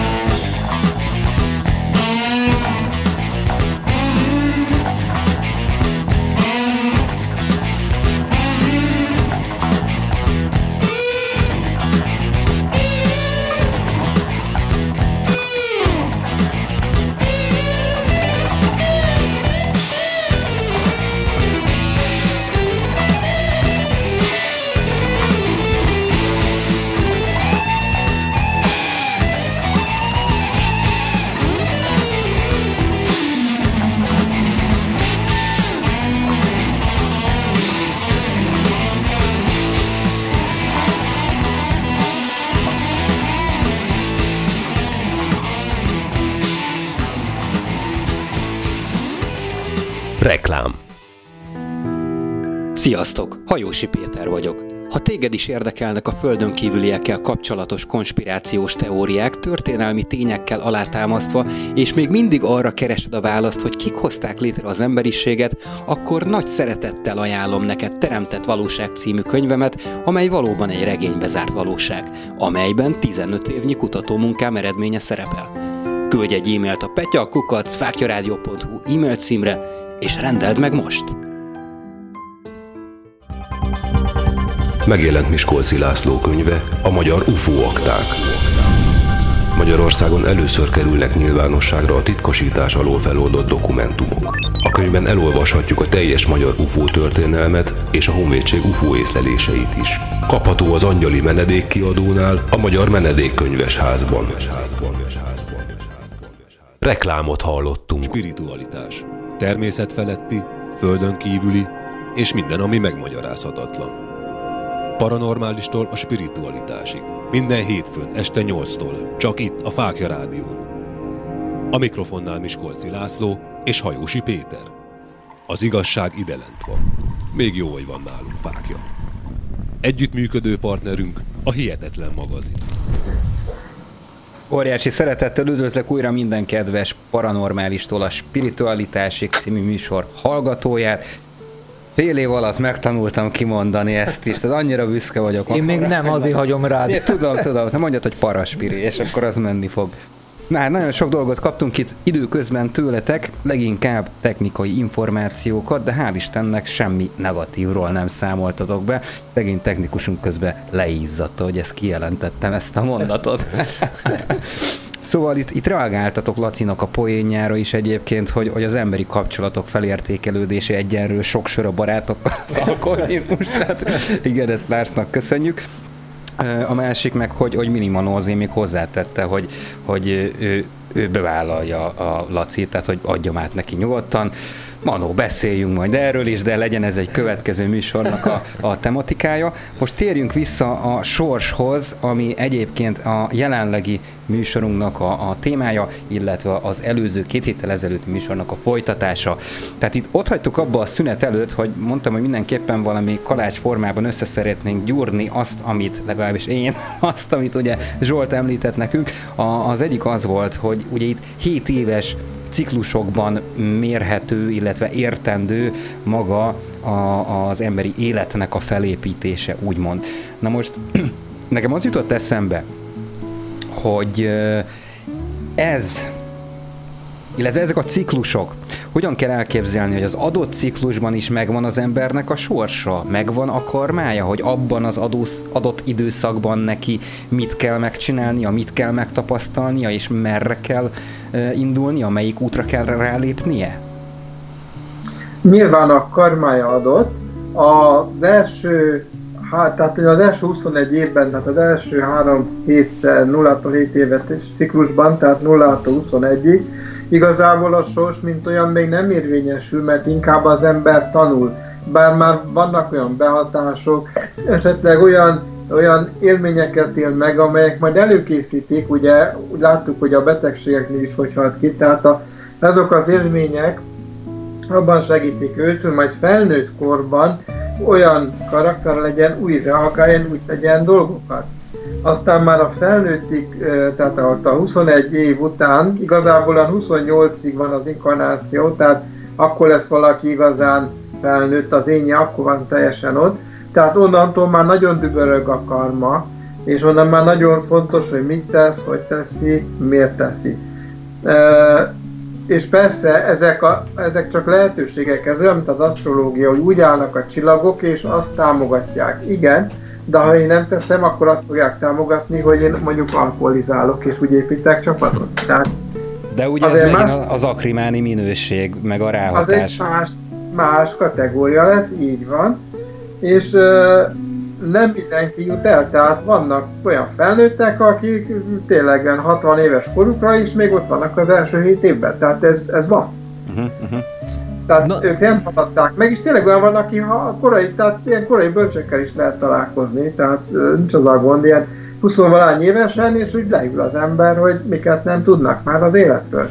Reklám. Sziasztok! Hajósi Péter vagyok. Ha téged is érdekelnek a földön kívüliekkel kapcsolatos konspirációs teóriák, történelmi tényekkel alátámasztva, és még mindig arra keresed a választ, hogy kik hozták létre az emberiséget, akkor nagy szeretettel ajánlom neked Teremtett Valóság című könyvemet, amely valóban egy regénybe zárt valóság, amelyben 15 évnyi kutatómunkám eredménye szerepel. Küldj egy e-mailt a petya@fakjaradio.hu e-mail címre, és rendeld meg most! Megjelent Miskolci László könyve, a magyar UFO akták. Magyarországon először kerülnek nyilvánosságra a titkosítás alól feloldott dokumentumok. A könyvben elolvashatjuk a teljes magyar UFO történelmet és a honvédség UFO észleléseit is. Kapható az Angyali Menedék kiadónál, a Magyar Menedékkönyvesházban. Reklámot hallottunk. Spiritualitás. Természetfeletti, földön kívüli és minden, ami megmagyarázhatatlan. Paranormálistól a spiritualitásig. Minden hétfőn este 8-tól, csak itt a Fákja Rádión. A mikrofonnál Miskolci László és Hajósi Péter. Az igazság ide lent van. Még jó, hogy van nálunk Fákja. Együttműködő partnerünk a Hihetetlen magazin. Óriási szeretettel üdvözlök újra minden kedves Paranormálistól a Spiritualitásig című műsor hallgatóját. Fél év alatt megtanultam kimondani ezt is, tehát annyira büszke vagyok. Én még nem, azért hagyom rád. Én tudom, nem mondjad, hogy paraspiri, és akkor az menni fog. Na hát nagyon sok dolgot kaptunk itt időközben tőletek, leginkább technikai információkat, de hál' Istennek semmi negatívról nem számoltatok be. Szegény technikusunk közben leízzatta, hogy ezt kijelentettem, ezt a mondatot. Szóval itt reagáltatok Lacinak a poénjára is egyébként, hogy az emberi kapcsolatok felértékelődése egyenlő sok sör a barátokkal az alkoholizmus. Tehát igen, ezt Lársnak köszönjük. A másik meg, hogy Minimanózi még hozzátette, hogy ő bevállalja a Lacit, tehát hogy adjam át neki nyugodtan. Manó, beszéljünk majd erről is, de legyen ez egy következő műsornak a tematikája. Most térjünk vissza a sorshoz, ami egyébként a jelenlegi műsorunknak a témája, illetve az előző 2 héttel ezelőtti műsornak a folytatása. Tehát itt ott hagytuk abba a szünet előtt, hogy mondtam, hogy mindenképpen valami kalács formában össze szeretnénk gyúrni azt, amit legalábbis én, azt, amit ugye Zsolt említett nekünk. Az egyik az volt, hogy ugye itt 7 éves ciklusokban mérhető, illetve értendő maga az emberi életnek a felépítése, úgymond. Na most nekem az jutott eszembe, hogy illetve ezek a ciklusok, hogyan kell elképzelni, hogy az adott ciklusban is megvan az embernek a sorsa, megvan a karmája, hogy abban az adott időszakban neki mit kell megcsinálnia, mit kell megtapasztalnia, és merre kell indulnia, melyik útra kell rálépnie? Nyilván a karmája adott. Az első 21 évben, tehát az első 3 hétszer 0-tól 7 éves ciklusban, tehát 0-tól 21-ig, igazából a sors, mint olyan, még nem érvényesül, mert inkább az ember tanul. Bár már vannak olyan behatások, esetleg olyan élményeket él meg, amelyek majd előkészítik, ugye láttuk, hogy a betegségeknél is hogy halt ki, tehát azok az élmények abban segítik őt, hogy majd felnőtt korban olyan karakter legyen, úgy reagáljon, úgy tegyen dolgokat. Aztán már a felnőttig, tehát a 21 év után, igazából a 28-ig van az inkarnáció, tehát akkor lesz valaki igazán felnőtt, az énje akkor van teljesen ott. Tehát onnantól már nagyon dübörög a karma, és onnan már nagyon fontos, hogy mit tesz, hogy teszi, miért teszi. És persze ezek csak lehetőségek, ez olyan, mint az asztrológia, hogy úgy állnak a csillagok, és azt támogatják. Igen, de ha én nem teszem, akkor azt fogják támogatni, hogy én mondjuk alkoholizálok, és úgy építek csapatot. Tehát de ugye ez megint az akrimáni minőség, meg a ráhatás. Az egy más kategória lesz, így van. És nem mindenki jut el, tehát vannak olyan felnőttek, akik tényleg 60 éves korukra is még ott vannak az első 7 évben, tehát ez van. Tehát ők nem haladták meg, és tényleg olyan van, aki tehát ilyen korai bölcsekkel is lehet találkozni, tehát nincs az a gond, ilyen 20-valány évesen, és úgy leül az ember, hogy miket nem tudnak már az életről.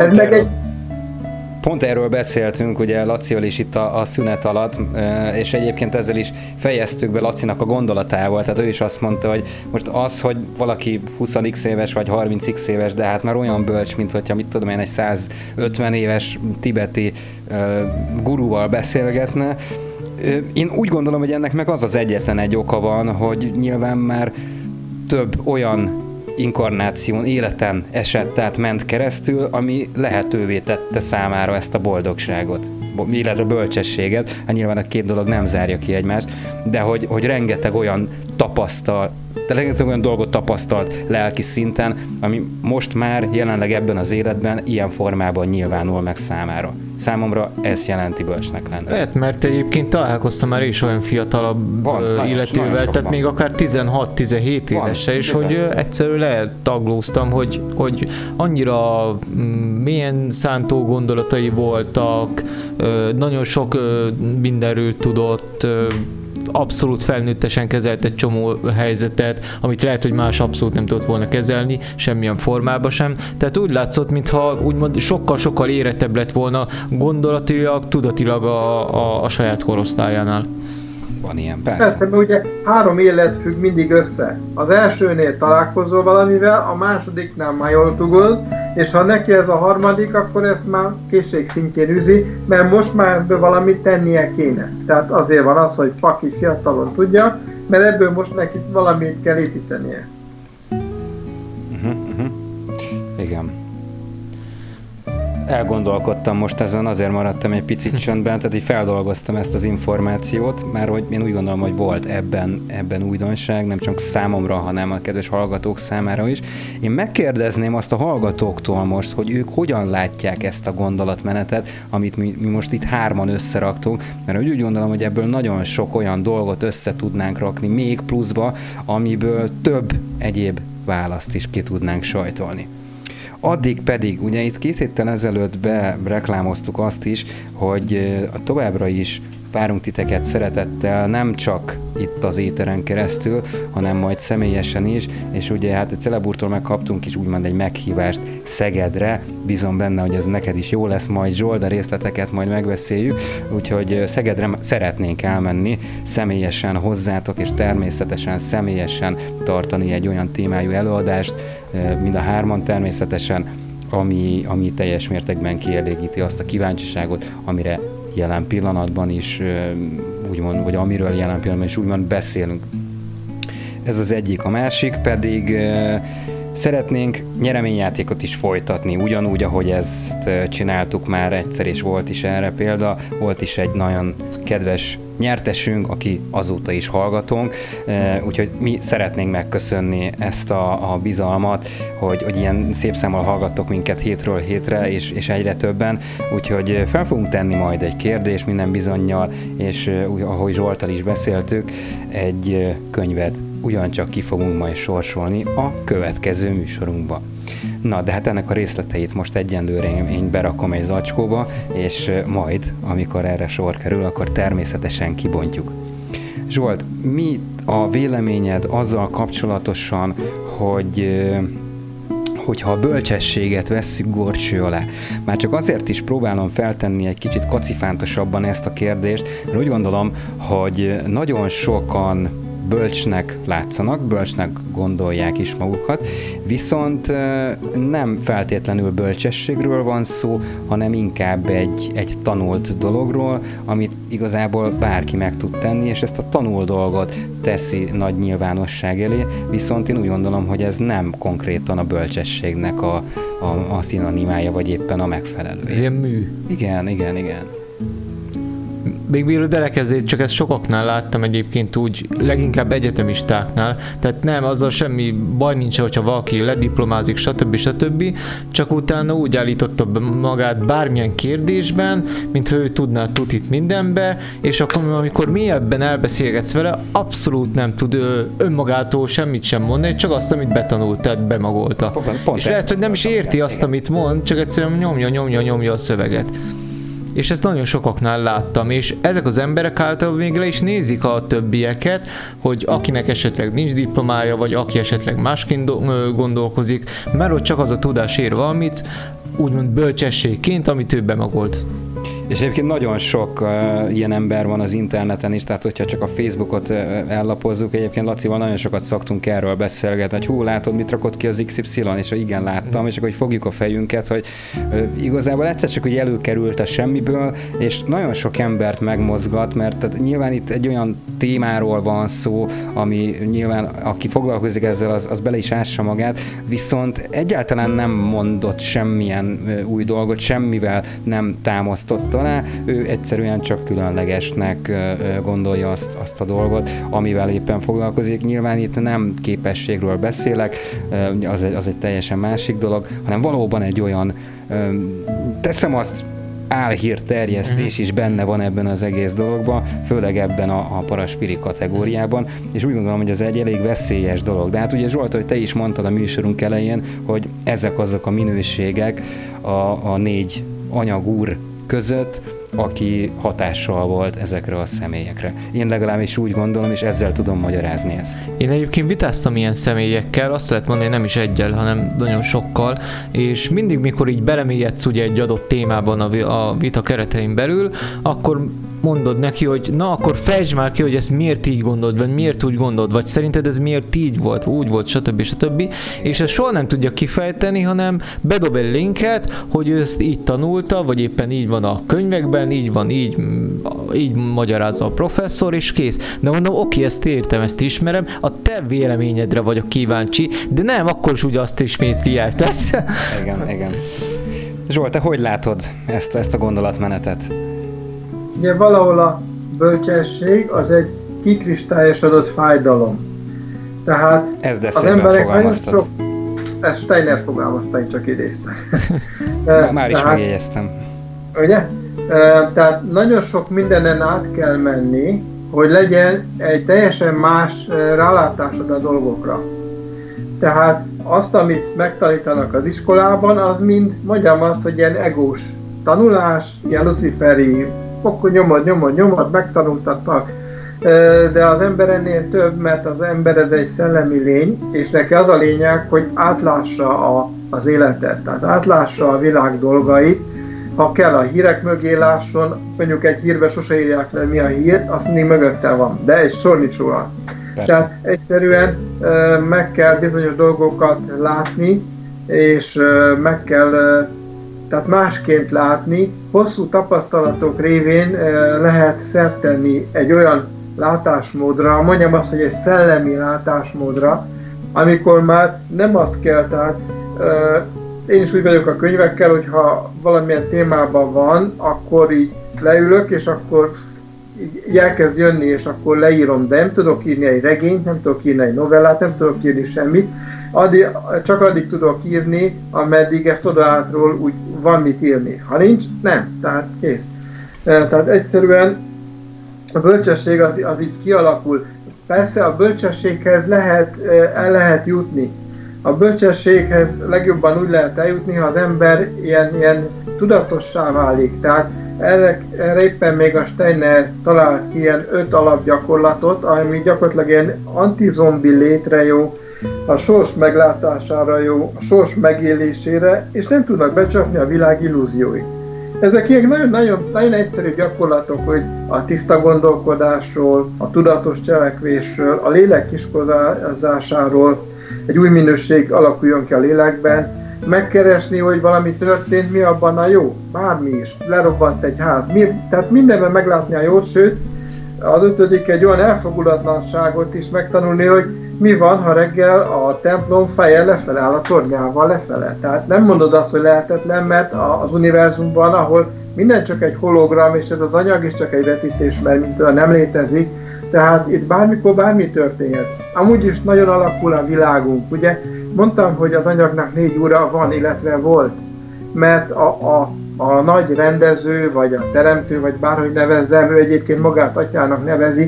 Pont erről beszéltünk ugye Lacival is itt a szünet alatt, és egyébként ezzel is fejeztük be Lacinak a gondolatával, tehát ő is azt mondta, hogy most az, hogy valaki 20x éves vagy 30x éves, de hát már olyan bölcs, mint hogyha mit tudom én, egy 150 éves tibeti gurúval beszélgetne. Én úgy gondolom, hogy ennek meg az egyetlen egy oka van, hogy nyilván már több olyan inkarnáción, életen esett, tehát ment keresztül, ami lehetővé tette számára ezt a boldogságot, illetve bölcsességet. Hát nyilván a két dolog nem zárja ki egymást, de hogy rengeteg olyan dolgot tapasztalt lelki szinten, ami most már jelenleg ebben az életben ilyen formában nyilvánul meg számára. Számomra ez jelenti bölcsnek lenni. Lehet, mert egyébként találkoztam már is olyan fiatalabb illetővel, tehát még akár 16-17 évese, és hogy egyszerűen letaglóztam, hogy annyira milyen szántó gondolatai voltak, nagyon sok mindenről tudott, abszolút felnőttesen kezelt egy csomó helyzetet, amit lehet, hogy más abszolút nem tudott volna kezelni, semmilyen formában sem. Tehát úgy látszott, mintha úgymond sokkal-sokkal érettebb lett volna gondolatilag, tudatilag a saját korosztályánál. Van ilyen, persze. Persze, mert ugye 3 élet függ mindig össze. Az elsőnél találkozol valamivel, a másodiknál már jól tudod, és ha neki ez a harmadik, akkor ezt már készség szintjén űzi, mert most már ebből valamit tennie kéne. Tehát azért van az, hogy Paki fiatalon tudja, mert ebből most neki valamit kell építenie. Igen. Elgondolkodtam most ezen, azért maradtam egy picit csöndben, tehát így feldolgoztam ezt az információt, mert hogy én úgy gondolom, hogy volt ebben újdonság, nem csak számomra, hanem a kedves hallgatók számára is. Én megkérdezném azt a hallgatóktól most, hogy ők hogyan látják ezt a gondolatmenetet, amit mi most itt 3-an összeraktunk, mert úgy gondolom, hogy ebből nagyon sok olyan dolgot össze tudnánk rakni még pluszba, amiből több egyéb választ is ki tudnánk sajtolni. Addig pedig, ugye itt 2 héttel ezelőtt bereklámoztuk azt is, hogy továbbra is várunk titeket szeretettel, nem csak itt az éteren keresztül, hanem majd személyesen is, és ugye hát a Celeburtól megkaptunk is úgymond egy meghívást Szegedre, bízom benne, hogy ez neked is jó lesz majd, Zsolt, de részleteket majd megbeszéljük, úgyhogy Szegedre szeretnénk elmenni személyesen hozzátok, és természetesen személyesen tartani egy olyan témájú előadást, mind a 3-an természetesen, ami teljes mértékben kielégíti azt a kíváncsiságot, amire jelen pillanatban is úgymond, vagy amiről jelen pillanatban is úgymond beszélünk. Ez az egyik. A másik pedig Szeretnénk nyereményjátékot is folytatni, ugyanúgy, ahogy ezt csináltuk már egyszer, és volt is erre példa, volt is egy nagyon kedves nyertesünk, aki azóta is hallgatónk, úgyhogy mi szeretnénk megköszönni ezt a bizalmat, hogy ilyen szép számmal hallgattok minket hétről hétre, és egyre többen, úgyhogy fel fogunk tenni majd egy kérdést minden bizonnyal, és ahogy Zsolttal is beszéltük, egy könyvet ugyancsak ki fogunk majd sorsolni a következő műsorunkba. Na, de hát ennek a részleteit most egyenlőre én berakom egy zacskóba, és majd, amikor erre sor kerül, akkor természetesen kibontjuk. Zsolt, mi a véleményed azzal kapcsolatosan, hogyha a bölcsességet vesszük górcső alá? Már csak azért is próbálom feltenni egy kicsit kacifántosabban ezt a kérdést, mert úgy gondolom, hogy nagyon sokan bölcsnek látszanak, bölcsnek gondolják is magukat, viszont nem feltétlenül bölcsességről van szó, hanem inkább egy tanult dologról, amit igazából bárki meg tud tenni, és ezt a tanult dolgot teszi nagy nyilvánosság elé, viszont én úgy gondolom, hogy ez nem konkrétan a bölcsességnek a szinonimája, vagy éppen a megfelelő. Ez ilyen mű. Igen. Még mielőtt elkezdett, csak ezt sokaknál láttam egyébként úgy, leginkább egyetemistáknál, tehát nem, azzal semmi baj nincs, hogyha valaki lediplomázik, stb. Csak utána úgy állította be magát bármilyen kérdésben, mintha ő tudná tutit mindenbe, és akkor amikor mélyebben elbeszélgetsz vele, abszolút nem tud önmagától semmit sem mondani, csak azt, amit betanult, tehát bemagolta. És lehet, hogy nem is érti azt, amit mond, csak egyszerűen nyomja a szöveget. És ezt nagyon sokaknál láttam, és ezek az emberek általában még le is nézik a többieket, hogy akinek esetleg nincs diplomája, vagy aki esetleg másként gondolkozik, mert ott csak az a tudás ér valamit, úgymond bölcsességként, amit ő bemagolt. És egyébként nagyon sok ilyen ember van az interneten is, tehát hogyha csak a Facebookot ellapozzuk, egyébként Lacival nagyon sokat szoktunk erről beszélgetni, hogy hú, látod, mit rakott ki az XY, és igen, láttam, és akkor hogy fogjuk a fejünket, hogy igazából egyszer csak úgy előkerült a semmiből, és nagyon sok embert megmozgat, mert tehát nyilván itt egy olyan témáról van szó, ami nyilván, aki foglalkozik ezzel, az bele is ássa magát, viszont egyáltalán nem mondott semmilyen új dolgot, semmivel nem támasztott alá, ő egyszerűen csak különlegesnek gondolja azt a dolgot, amivel éppen foglalkozik. Nyilván itt nem képességről beszélek, az egy teljesen másik dolog, hanem valóban egy olyan, teszem azt, álhírterjesztés is benne van ebben az egész dologban, főleg ebben a paraspiri kategóriában, és úgy gondolom, hogy ez egy elég veszélyes dolog. De hát ugye Zsolt, hogy te is mondtad a műsorunk elején, hogy ezek azok a minőségek a 4 anyagúr között, aki hatással volt ezekre a személyekre. Én legalábbis úgy gondolom, és ezzel tudom magyarázni ezt. Én egyébként vitáztam ilyen személyekkel, azt lehet mondani, hogy nem is egyel, hanem nagyon sokkal, és mindig, mikor így belemélyedsz ugye egy adott témában a vita keretein belül, akkor mondod neki, hogy na, akkor fejtsd már ki, hogy ezt miért így gondolod, vagy miért úgy gondolod, vagy szerinted ez miért így volt, úgy volt, stb. És ezt soha nem tudja kifejteni, hanem bedob egy linket, hogy ő ezt így tanulta, vagy éppen így van a könyvekben, így van, így magyarázza a professzor, és kész. De mondom, oké, ezt értem, ezt ismerem, a te véleményedre vagyok kíváncsi, de nem, akkor is úgy azt ismétli el. Igen. Zsolt, te hogy látod ezt a gondolatmenetet? Ugye valahol a bölcsesség az egy kikristályosodott fájdalom. Tehát az emberek nagyon sok... Ezt Steiner fogalmazta, én csak idéztem. Már is megjegyeztem. Ugye? Tehát nagyon sok mindenen át kell menni, hogy legyen egy teljesen más rálátásod a dolgokra. Tehát azt, amit megtanítanak az iskolában, az mind, mondjam azt, hogy ilyen egós tanulás, ilyen luciferi, akkor nyomod, megtanultattak, de az ember ennél több, mert az ember ez egy szellemi lény, és neki az a lényeg, hogy átlássa az életet, tehát átlássa a világ dolgait, ha kell a hírek mögé lásson, mondjuk egy hírbe sose írják le, mi a hír, azt mindig mögötte van, de egy sor nincs róla. Tehát egyszerűen meg kell bizonyos dolgokat látni, és meg kell tehát másként látni, hosszú tapasztalatok révén lehet szert tenni egy olyan látásmódra, mondjam azt, hogy egy szellemi látásmódra, amikor már nem azt kell, tehát én is úgy vagyok a könyvekkel, hogyha valamilyen témában van, akkor így leülök, és akkor így elkezd jönni, és akkor leírom, de nem tudok írni egy regényt, nem tudok írni egy novellát, nem tudok írni semmit. Csak addig tudok írni, ameddig ezt odaátról úgy van mit írni. Ha nincs, nem. Tehát kész. Tehát egyszerűen a bölcsesség az így kialakul. Persze a bölcsességhez el lehet jutni. A bölcsességhez legjobban úgy lehet eljutni, ha az ember ilyen tudatossá válik. Tehát erre éppen még a Steiner talált ki ilyen 5 alapgyakorlatot, ami gyakorlatilag ilyen antizombi létre jó, a sors meglátására jó, a sors megélésére, és nem tudnak becsapni a világ illúzióit. Ezek ilyen nagyon egyszerű gyakorlatok, hogy a tiszta gondolkodásról, a tudatos cselekvésről, a lélek kiskozásáról, egy új minőség alakuljon ki a lélekben, megkeresni, hogy valami történt, mi abban a jó, bármi is, lerobbant egy ház, tehát mindenben meglátni a jót, sőt, az 5. egy olyan elfogulatlanságot is megtanulni, hogy mi van, ha reggel a templom feje lefele áll, a tornyával lefele. Tehát nem mondod azt, hogy lehetetlen, mert az univerzumban, ahol minden csak egy hologram, és ez az anyag is csak egy vetítés, mert mint olyan nem létezik, tehát itt bármikor bármi történhet. Amúgy is nagyon alakul a világunk, ugye? Mondtam, hogy az anyagnak 4 ura van, illetve volt, mert a nagy rendező, vagy a teremtő, vagy bárhogy nevezzem, ő egyébként magát atyának nevezi,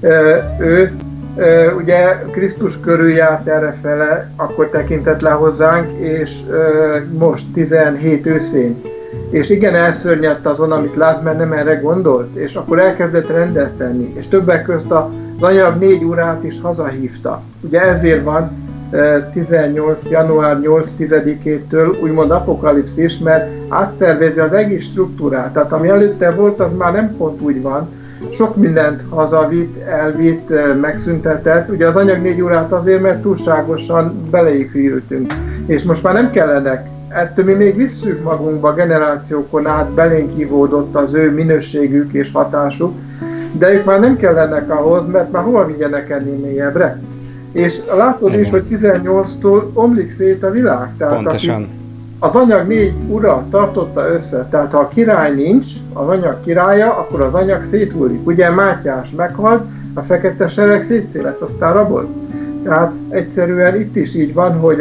ő ugye Krisztus körül járt errefele, akkor tekintett le hozzánk, és most 17 őszén. És igen, elszörnyedt azon, amit lát, mert nem erre gondolt, és akkor elkezdett rendet tenni, és többek közt az anyag 4 órát is hazahívta. Ugye ezért van 18. január 8-10-től úgymond apokalipszis, mert átszervezi az egész struktúrát, tehát ami előtte volt, az már nem pont úgy van, sok mindent hazavitt, elvitt, megszüntetett. Ugye az anyag 4 órát azért, mert túlságosan beleépültünk, és most már nem kellenek. Ettől mi még visszük magunkba, generációkon át belénk ivódott az ő minőségük és hatásuk, de ők már nem kellenek ahhoz, mert már hova vigyenek ennél mélyebbre. És látod is, hogy 18-tól omlik szét a világ. Tehát pontosan. Az anyag 4 ura tartotta össze, tehát ha a király nincs, az anyag királya, akkor az anyag széthullik. Ugye Mátyás meghalt, a fekete sereg szétszélett, aztán rabolt. Tehát egyszerűen itt is így van, hogy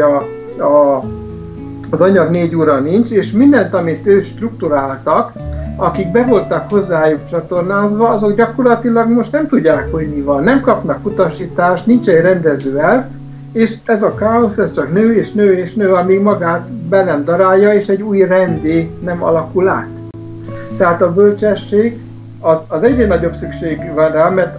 az anyag 4 ura nincs, és mindent, amit ők strukturáltak, akik be voltak hozzájuk csatornázva, azok gyakorlatilag most nem tudják, hogy mi van. Nem kapnak utasítást, nincs egy rendező elv, és ez a káosz, ez csak nő és nő és nő, amíg magát be nem darálja, és egy új rendé nem alakul át. Tehát a bölcsesség, az egyre nagyobb szükség van rá, mert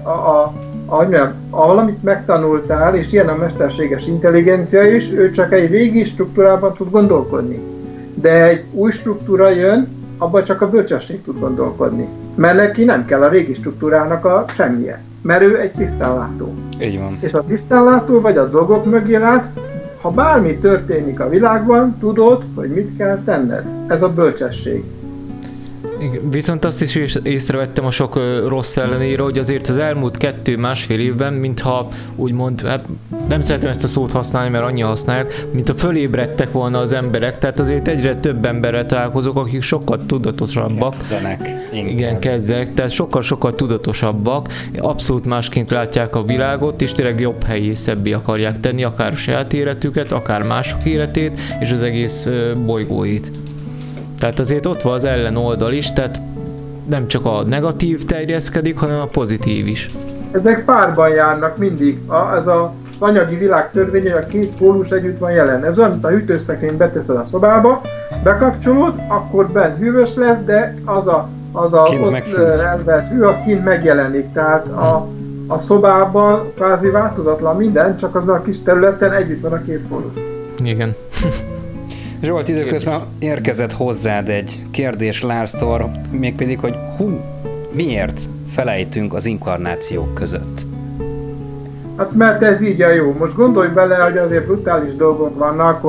valamit megtanultál, és ilyen a mesterséges intelligencia is, ő csak egy régi struktúrában tud gondolkodni. De egy új struktúra jön, abban csak a bölcsesség tud gondolkodni. Mert neki nem kell a régi struktúrának a semmije. Mert ő egy tisztánlátó. Így van. És a tisztánlátó vagy a dolgok mögé látsz, ha bármi történik a világban, tudod, hogy mit kell tenned. Ez a bölcsesség. Viszont azt is észrevettem a sok rossz ellenére, hogy azért az elmúlt 2-1,5 évben, mintha úgymond, hát nem szeretem ezt a szót használni, mert annyi használják, mintha fölébredtek volna az emberek, tehát azért egyre több emberrel találkozok, akik sokkal tudatosabbak. Kezdenek, tehát sokkal tudatosabbak, abszolút másként látják a világot, és tényleg jobb helyé, szebbé akarják tenni, akár a saját életüket, akár mások életét, és az egész bolygóit. Tehát azért ott van az ellenoldal is, tehát nem csak a negatív terjeszkedik, hanem a pozitív is. Ezek párban járnak mindig. Az anyagi világ törvény, hogy a két pólus együtt van jelen. Ez olyan, mint a hűtőszekrényt beteszed a szobába, bekapcsolod, akkor bent hűvös lesz, de az a ott elvett hű, az kint megjelenik. Tehát a szobában kvázi változatlan minden, csak azon a kis területen együtt van a két pólus. Igen. Zsolt, időközben érkezett hozzád egy kérdés Lárstól, mégpedig, hogy miért felejtünk az inkarnációk között? Hát mert ez így a jó. Most gondolj bele, hogy azért brutális dolgok vannak, hogy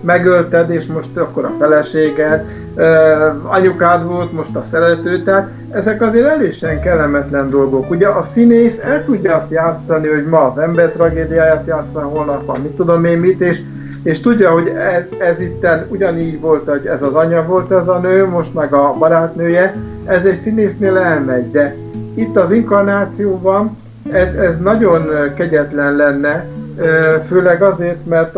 megölted, és most akkor a feleséged, anyukád volt, most a szerető, tehát ezek azért elésen kellemetlen dolgok. Ugye a színész el tudja azt játszani, hogy ma az ember tragédiáját játszan, holnap van, mit tudom én mit, és tudja, hogy ez itten ugyanígy volt, hogy ez az anya volt ez a nő, most meg a barátnője, ez egy színésznél elmegy, de itt az inkarnációban ez nagyon kegyetlen lenne, főleg azért, mert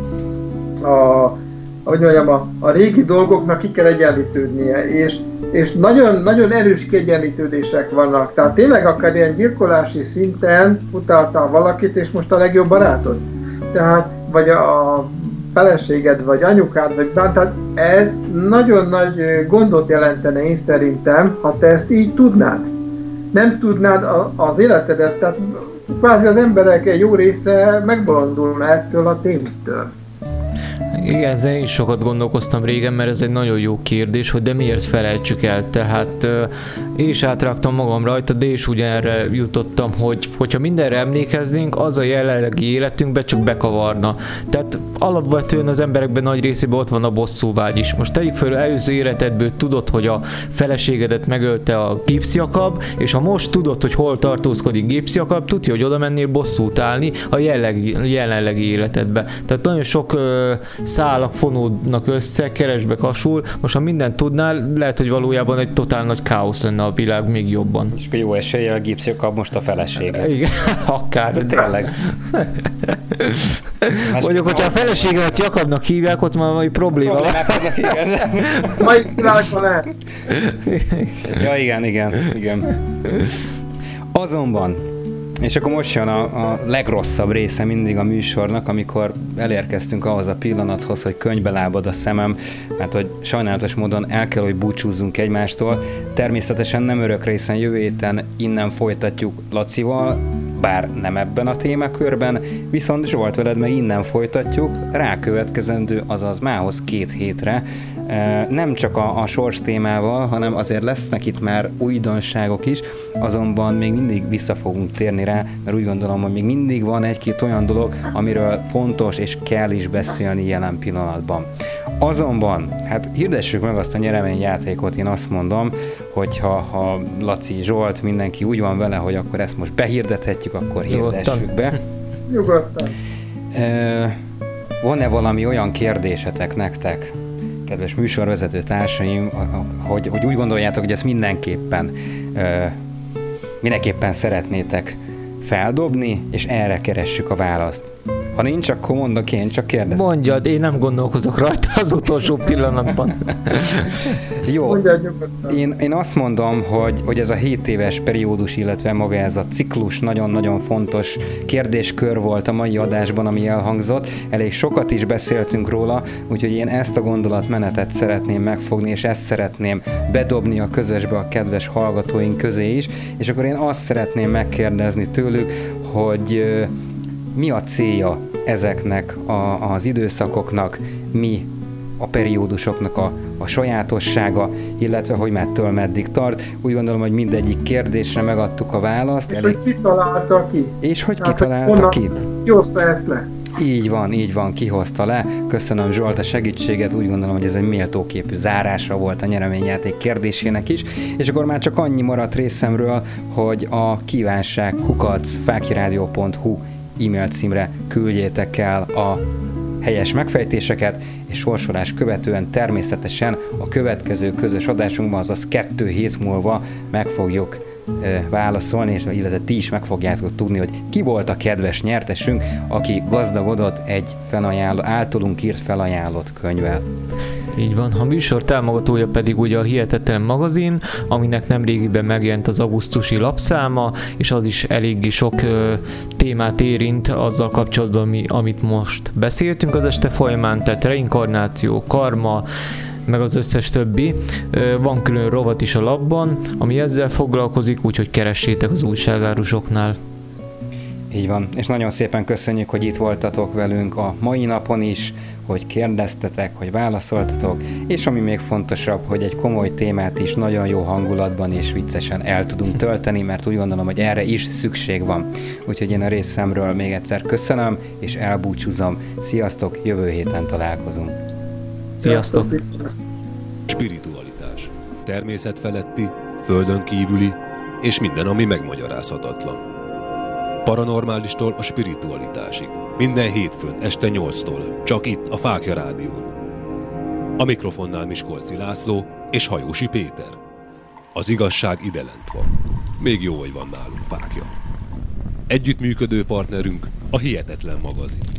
a régi dolgoknak ki kell egyenlítődnie, és nagyon, nagyon erős kiegyenlítődések vannak. Tehát tényleg akár ilyen gyilkolási szinten utáltál valakit, és most a legjobb barátod. Tehát, vagy a feleséged, vagy anyukád, vagy bár, tehát ez nagyon nagy gondot jelentene én szerintem, ha te ezt így tudnád. Nem tudnád az életedet, tehát kvázi az emberek egy jó része megbolondulna ettől a ténytől. Igen, ezzel én is sokat gondolkoztam régen, mert ez egy nagyon jó kérdés, hogy de miért felejtsük el. Tehát én is átraktam magam rajta, de és ugyanerre jutottam, hogyha mindenre emlékeznénk, az a jelenlegi életünkbe csak bekavarna. Tehát alapvetően az emberekben nagy részében ott van a bosszúvágy is. Most tegyük fel, előző életedből tudod, hogy a feleségedet megölte a Gipsjakab, és ha most tudod, hogy hol tartózkodik Gipsjakab, tudja, hogy oda mennél bosszút állni a jelenlegi életedbe. Tehát nagyon sok szálak fonódnak össze, keresbe kasul. Most ha mindent tudnál, lehet, hogy valójában egy totál nagy káosz lenne a világ még jobban. És jó eséllyel Gipsjakab most a felesége. Igen, akár. De tényleg. Mondjuk, hogyha a feleségemet Jakabnak hívják, ott már valami probléma van. Problémák igen. Majd világban lehet. Ja, igen. Azonban, és akkor most jön a legrosszabb része mindig a műsornak, amikor elérkeztünk ahhoz a pillanathoz, hogy könyvbe lábad a szemem, mert hogy sajnálatos módon el kell, hogy búcsúzzunk egymástól. Természetesen nem örökre, hiszen jövő héten innen folytatjuk Lacival, bár nem ebben a témakörben, viszont Zsolt veled meg innen folytatjuk, rákövetkezendő, azaz mához 2 hétre, nem csak a sors témával, hanem azért lesznek itt már újdonságok is, azonban még mindig vissza fogunk térni rá, mert úgy gondolom, hogy még mindig van 1-2 olyan dolog, amiről fontos és kell is beszélni jelen pillanatban. Azonban, hát hirdessük meg azt a nyereményjátékot, én azt mondom, hogy ha Laci, Zsolt, mindenki úgy van vele, hogy akkor ezt most behirdethetjük, akkor hirdessük be. Nyugodtan. Van-e valami olyan kérdésetek nektek, kedves műsorvezető társaim, hogy úgy gondoljátok, hogy ezt mindenképpen szeretnétek feldobni, és erre keressük a választ. Ha nincs, akkor mondok én, csak kérdezem. Mondjad, én nem gondolkozok rajta az utolsó pillanatban. Jó, én azt mondom, hogy ez a 7 éves periódus, illetve maga ez a ciklus nagyon-nagyon fontos kérdéskör volt a mai adásban, ami elhangzott. Elég sokat is beszéltünk róla, úgyhogy én ezt a gondolatmenetet szeretném megfogni, és ezt szeretném bedobni a közösbe a kedves hallgatóink közé is, és akkor én azt szeretném megkérdezni tőlük, hogy mi a célja ezeknek az időszakoknak, mi a periódusoknak a sajátossága, illetve hogy mettől meddig tart. Úgy gondolom, hogy mindegyik kérdésre megadtuk a választ. És hogy ki találta ki. És hogy ki találta ki. Ki hozta ezt le. Így van, kihozta le. Köszönöm, Zsolt, a segítséget. Úgy gondolom, hogy ez egy méltóképű zárása volt a nyereményjáték kérdésének is. És akkor már csak annyi maradt részemről, hogy a kívánság@fakiradio.hu e-mail címre küldjétek el a helyes megfejtéseket, és sorsolás követően természetesen a következő közös adásunkban, azaz 2 hét múlva meg fogjuk válaszolni, és illetve ti is meg fogjátok tudni, hogy ki volt a kedves nyertesünk, aki gazdagodott egy általunk írt felajánlott könyvvel. Így van, a műsor támogatója pedig ugye a Hihetetlen magazin, aminek nemrégiben megjelent az augusztusi lapszáma, és az is eléggé sok témát érint azzal kapcsolatban, amit most beszéltünk az este folyamán, tehát reinkarnáció, karma, meg az összes többi. Van külön rovat is a lapban, ami ezzel foglalkozik, úgyhogy keressétek az újságárusoknál. Így van, és nagyon szépen köszönjük, hogy itt voltatok velünk a mai napon is, hogy kérdeztetek, hogy válaszoltatok, és ami még fontosabb, hogy egy komoly témát is nagyon jó hangulatban és viccesen el tudunk tölteni, mert úgy gondolom, hogy erre is szükség van. Úgyhogy én a részemről még egyszer köszönöm, és elbúcsúzom. Sziasztok, jövő héten találkozunk. Sziasztok! Spiritualitás. Természet feletti, földön kívüli, és minden, ami megmagyarázhatatlan. Paranormálistól a spiritualitásig. Minden hétfőn este 8-tól, csak itt a Fáklya Rádión. A mikrofonnál Miskolci László és Hajósi Péter. Az igazság ide lent van. Még jó, hogy van nálunk Fáklya. Együttműködő partnerünk a Hihetetlen magazin.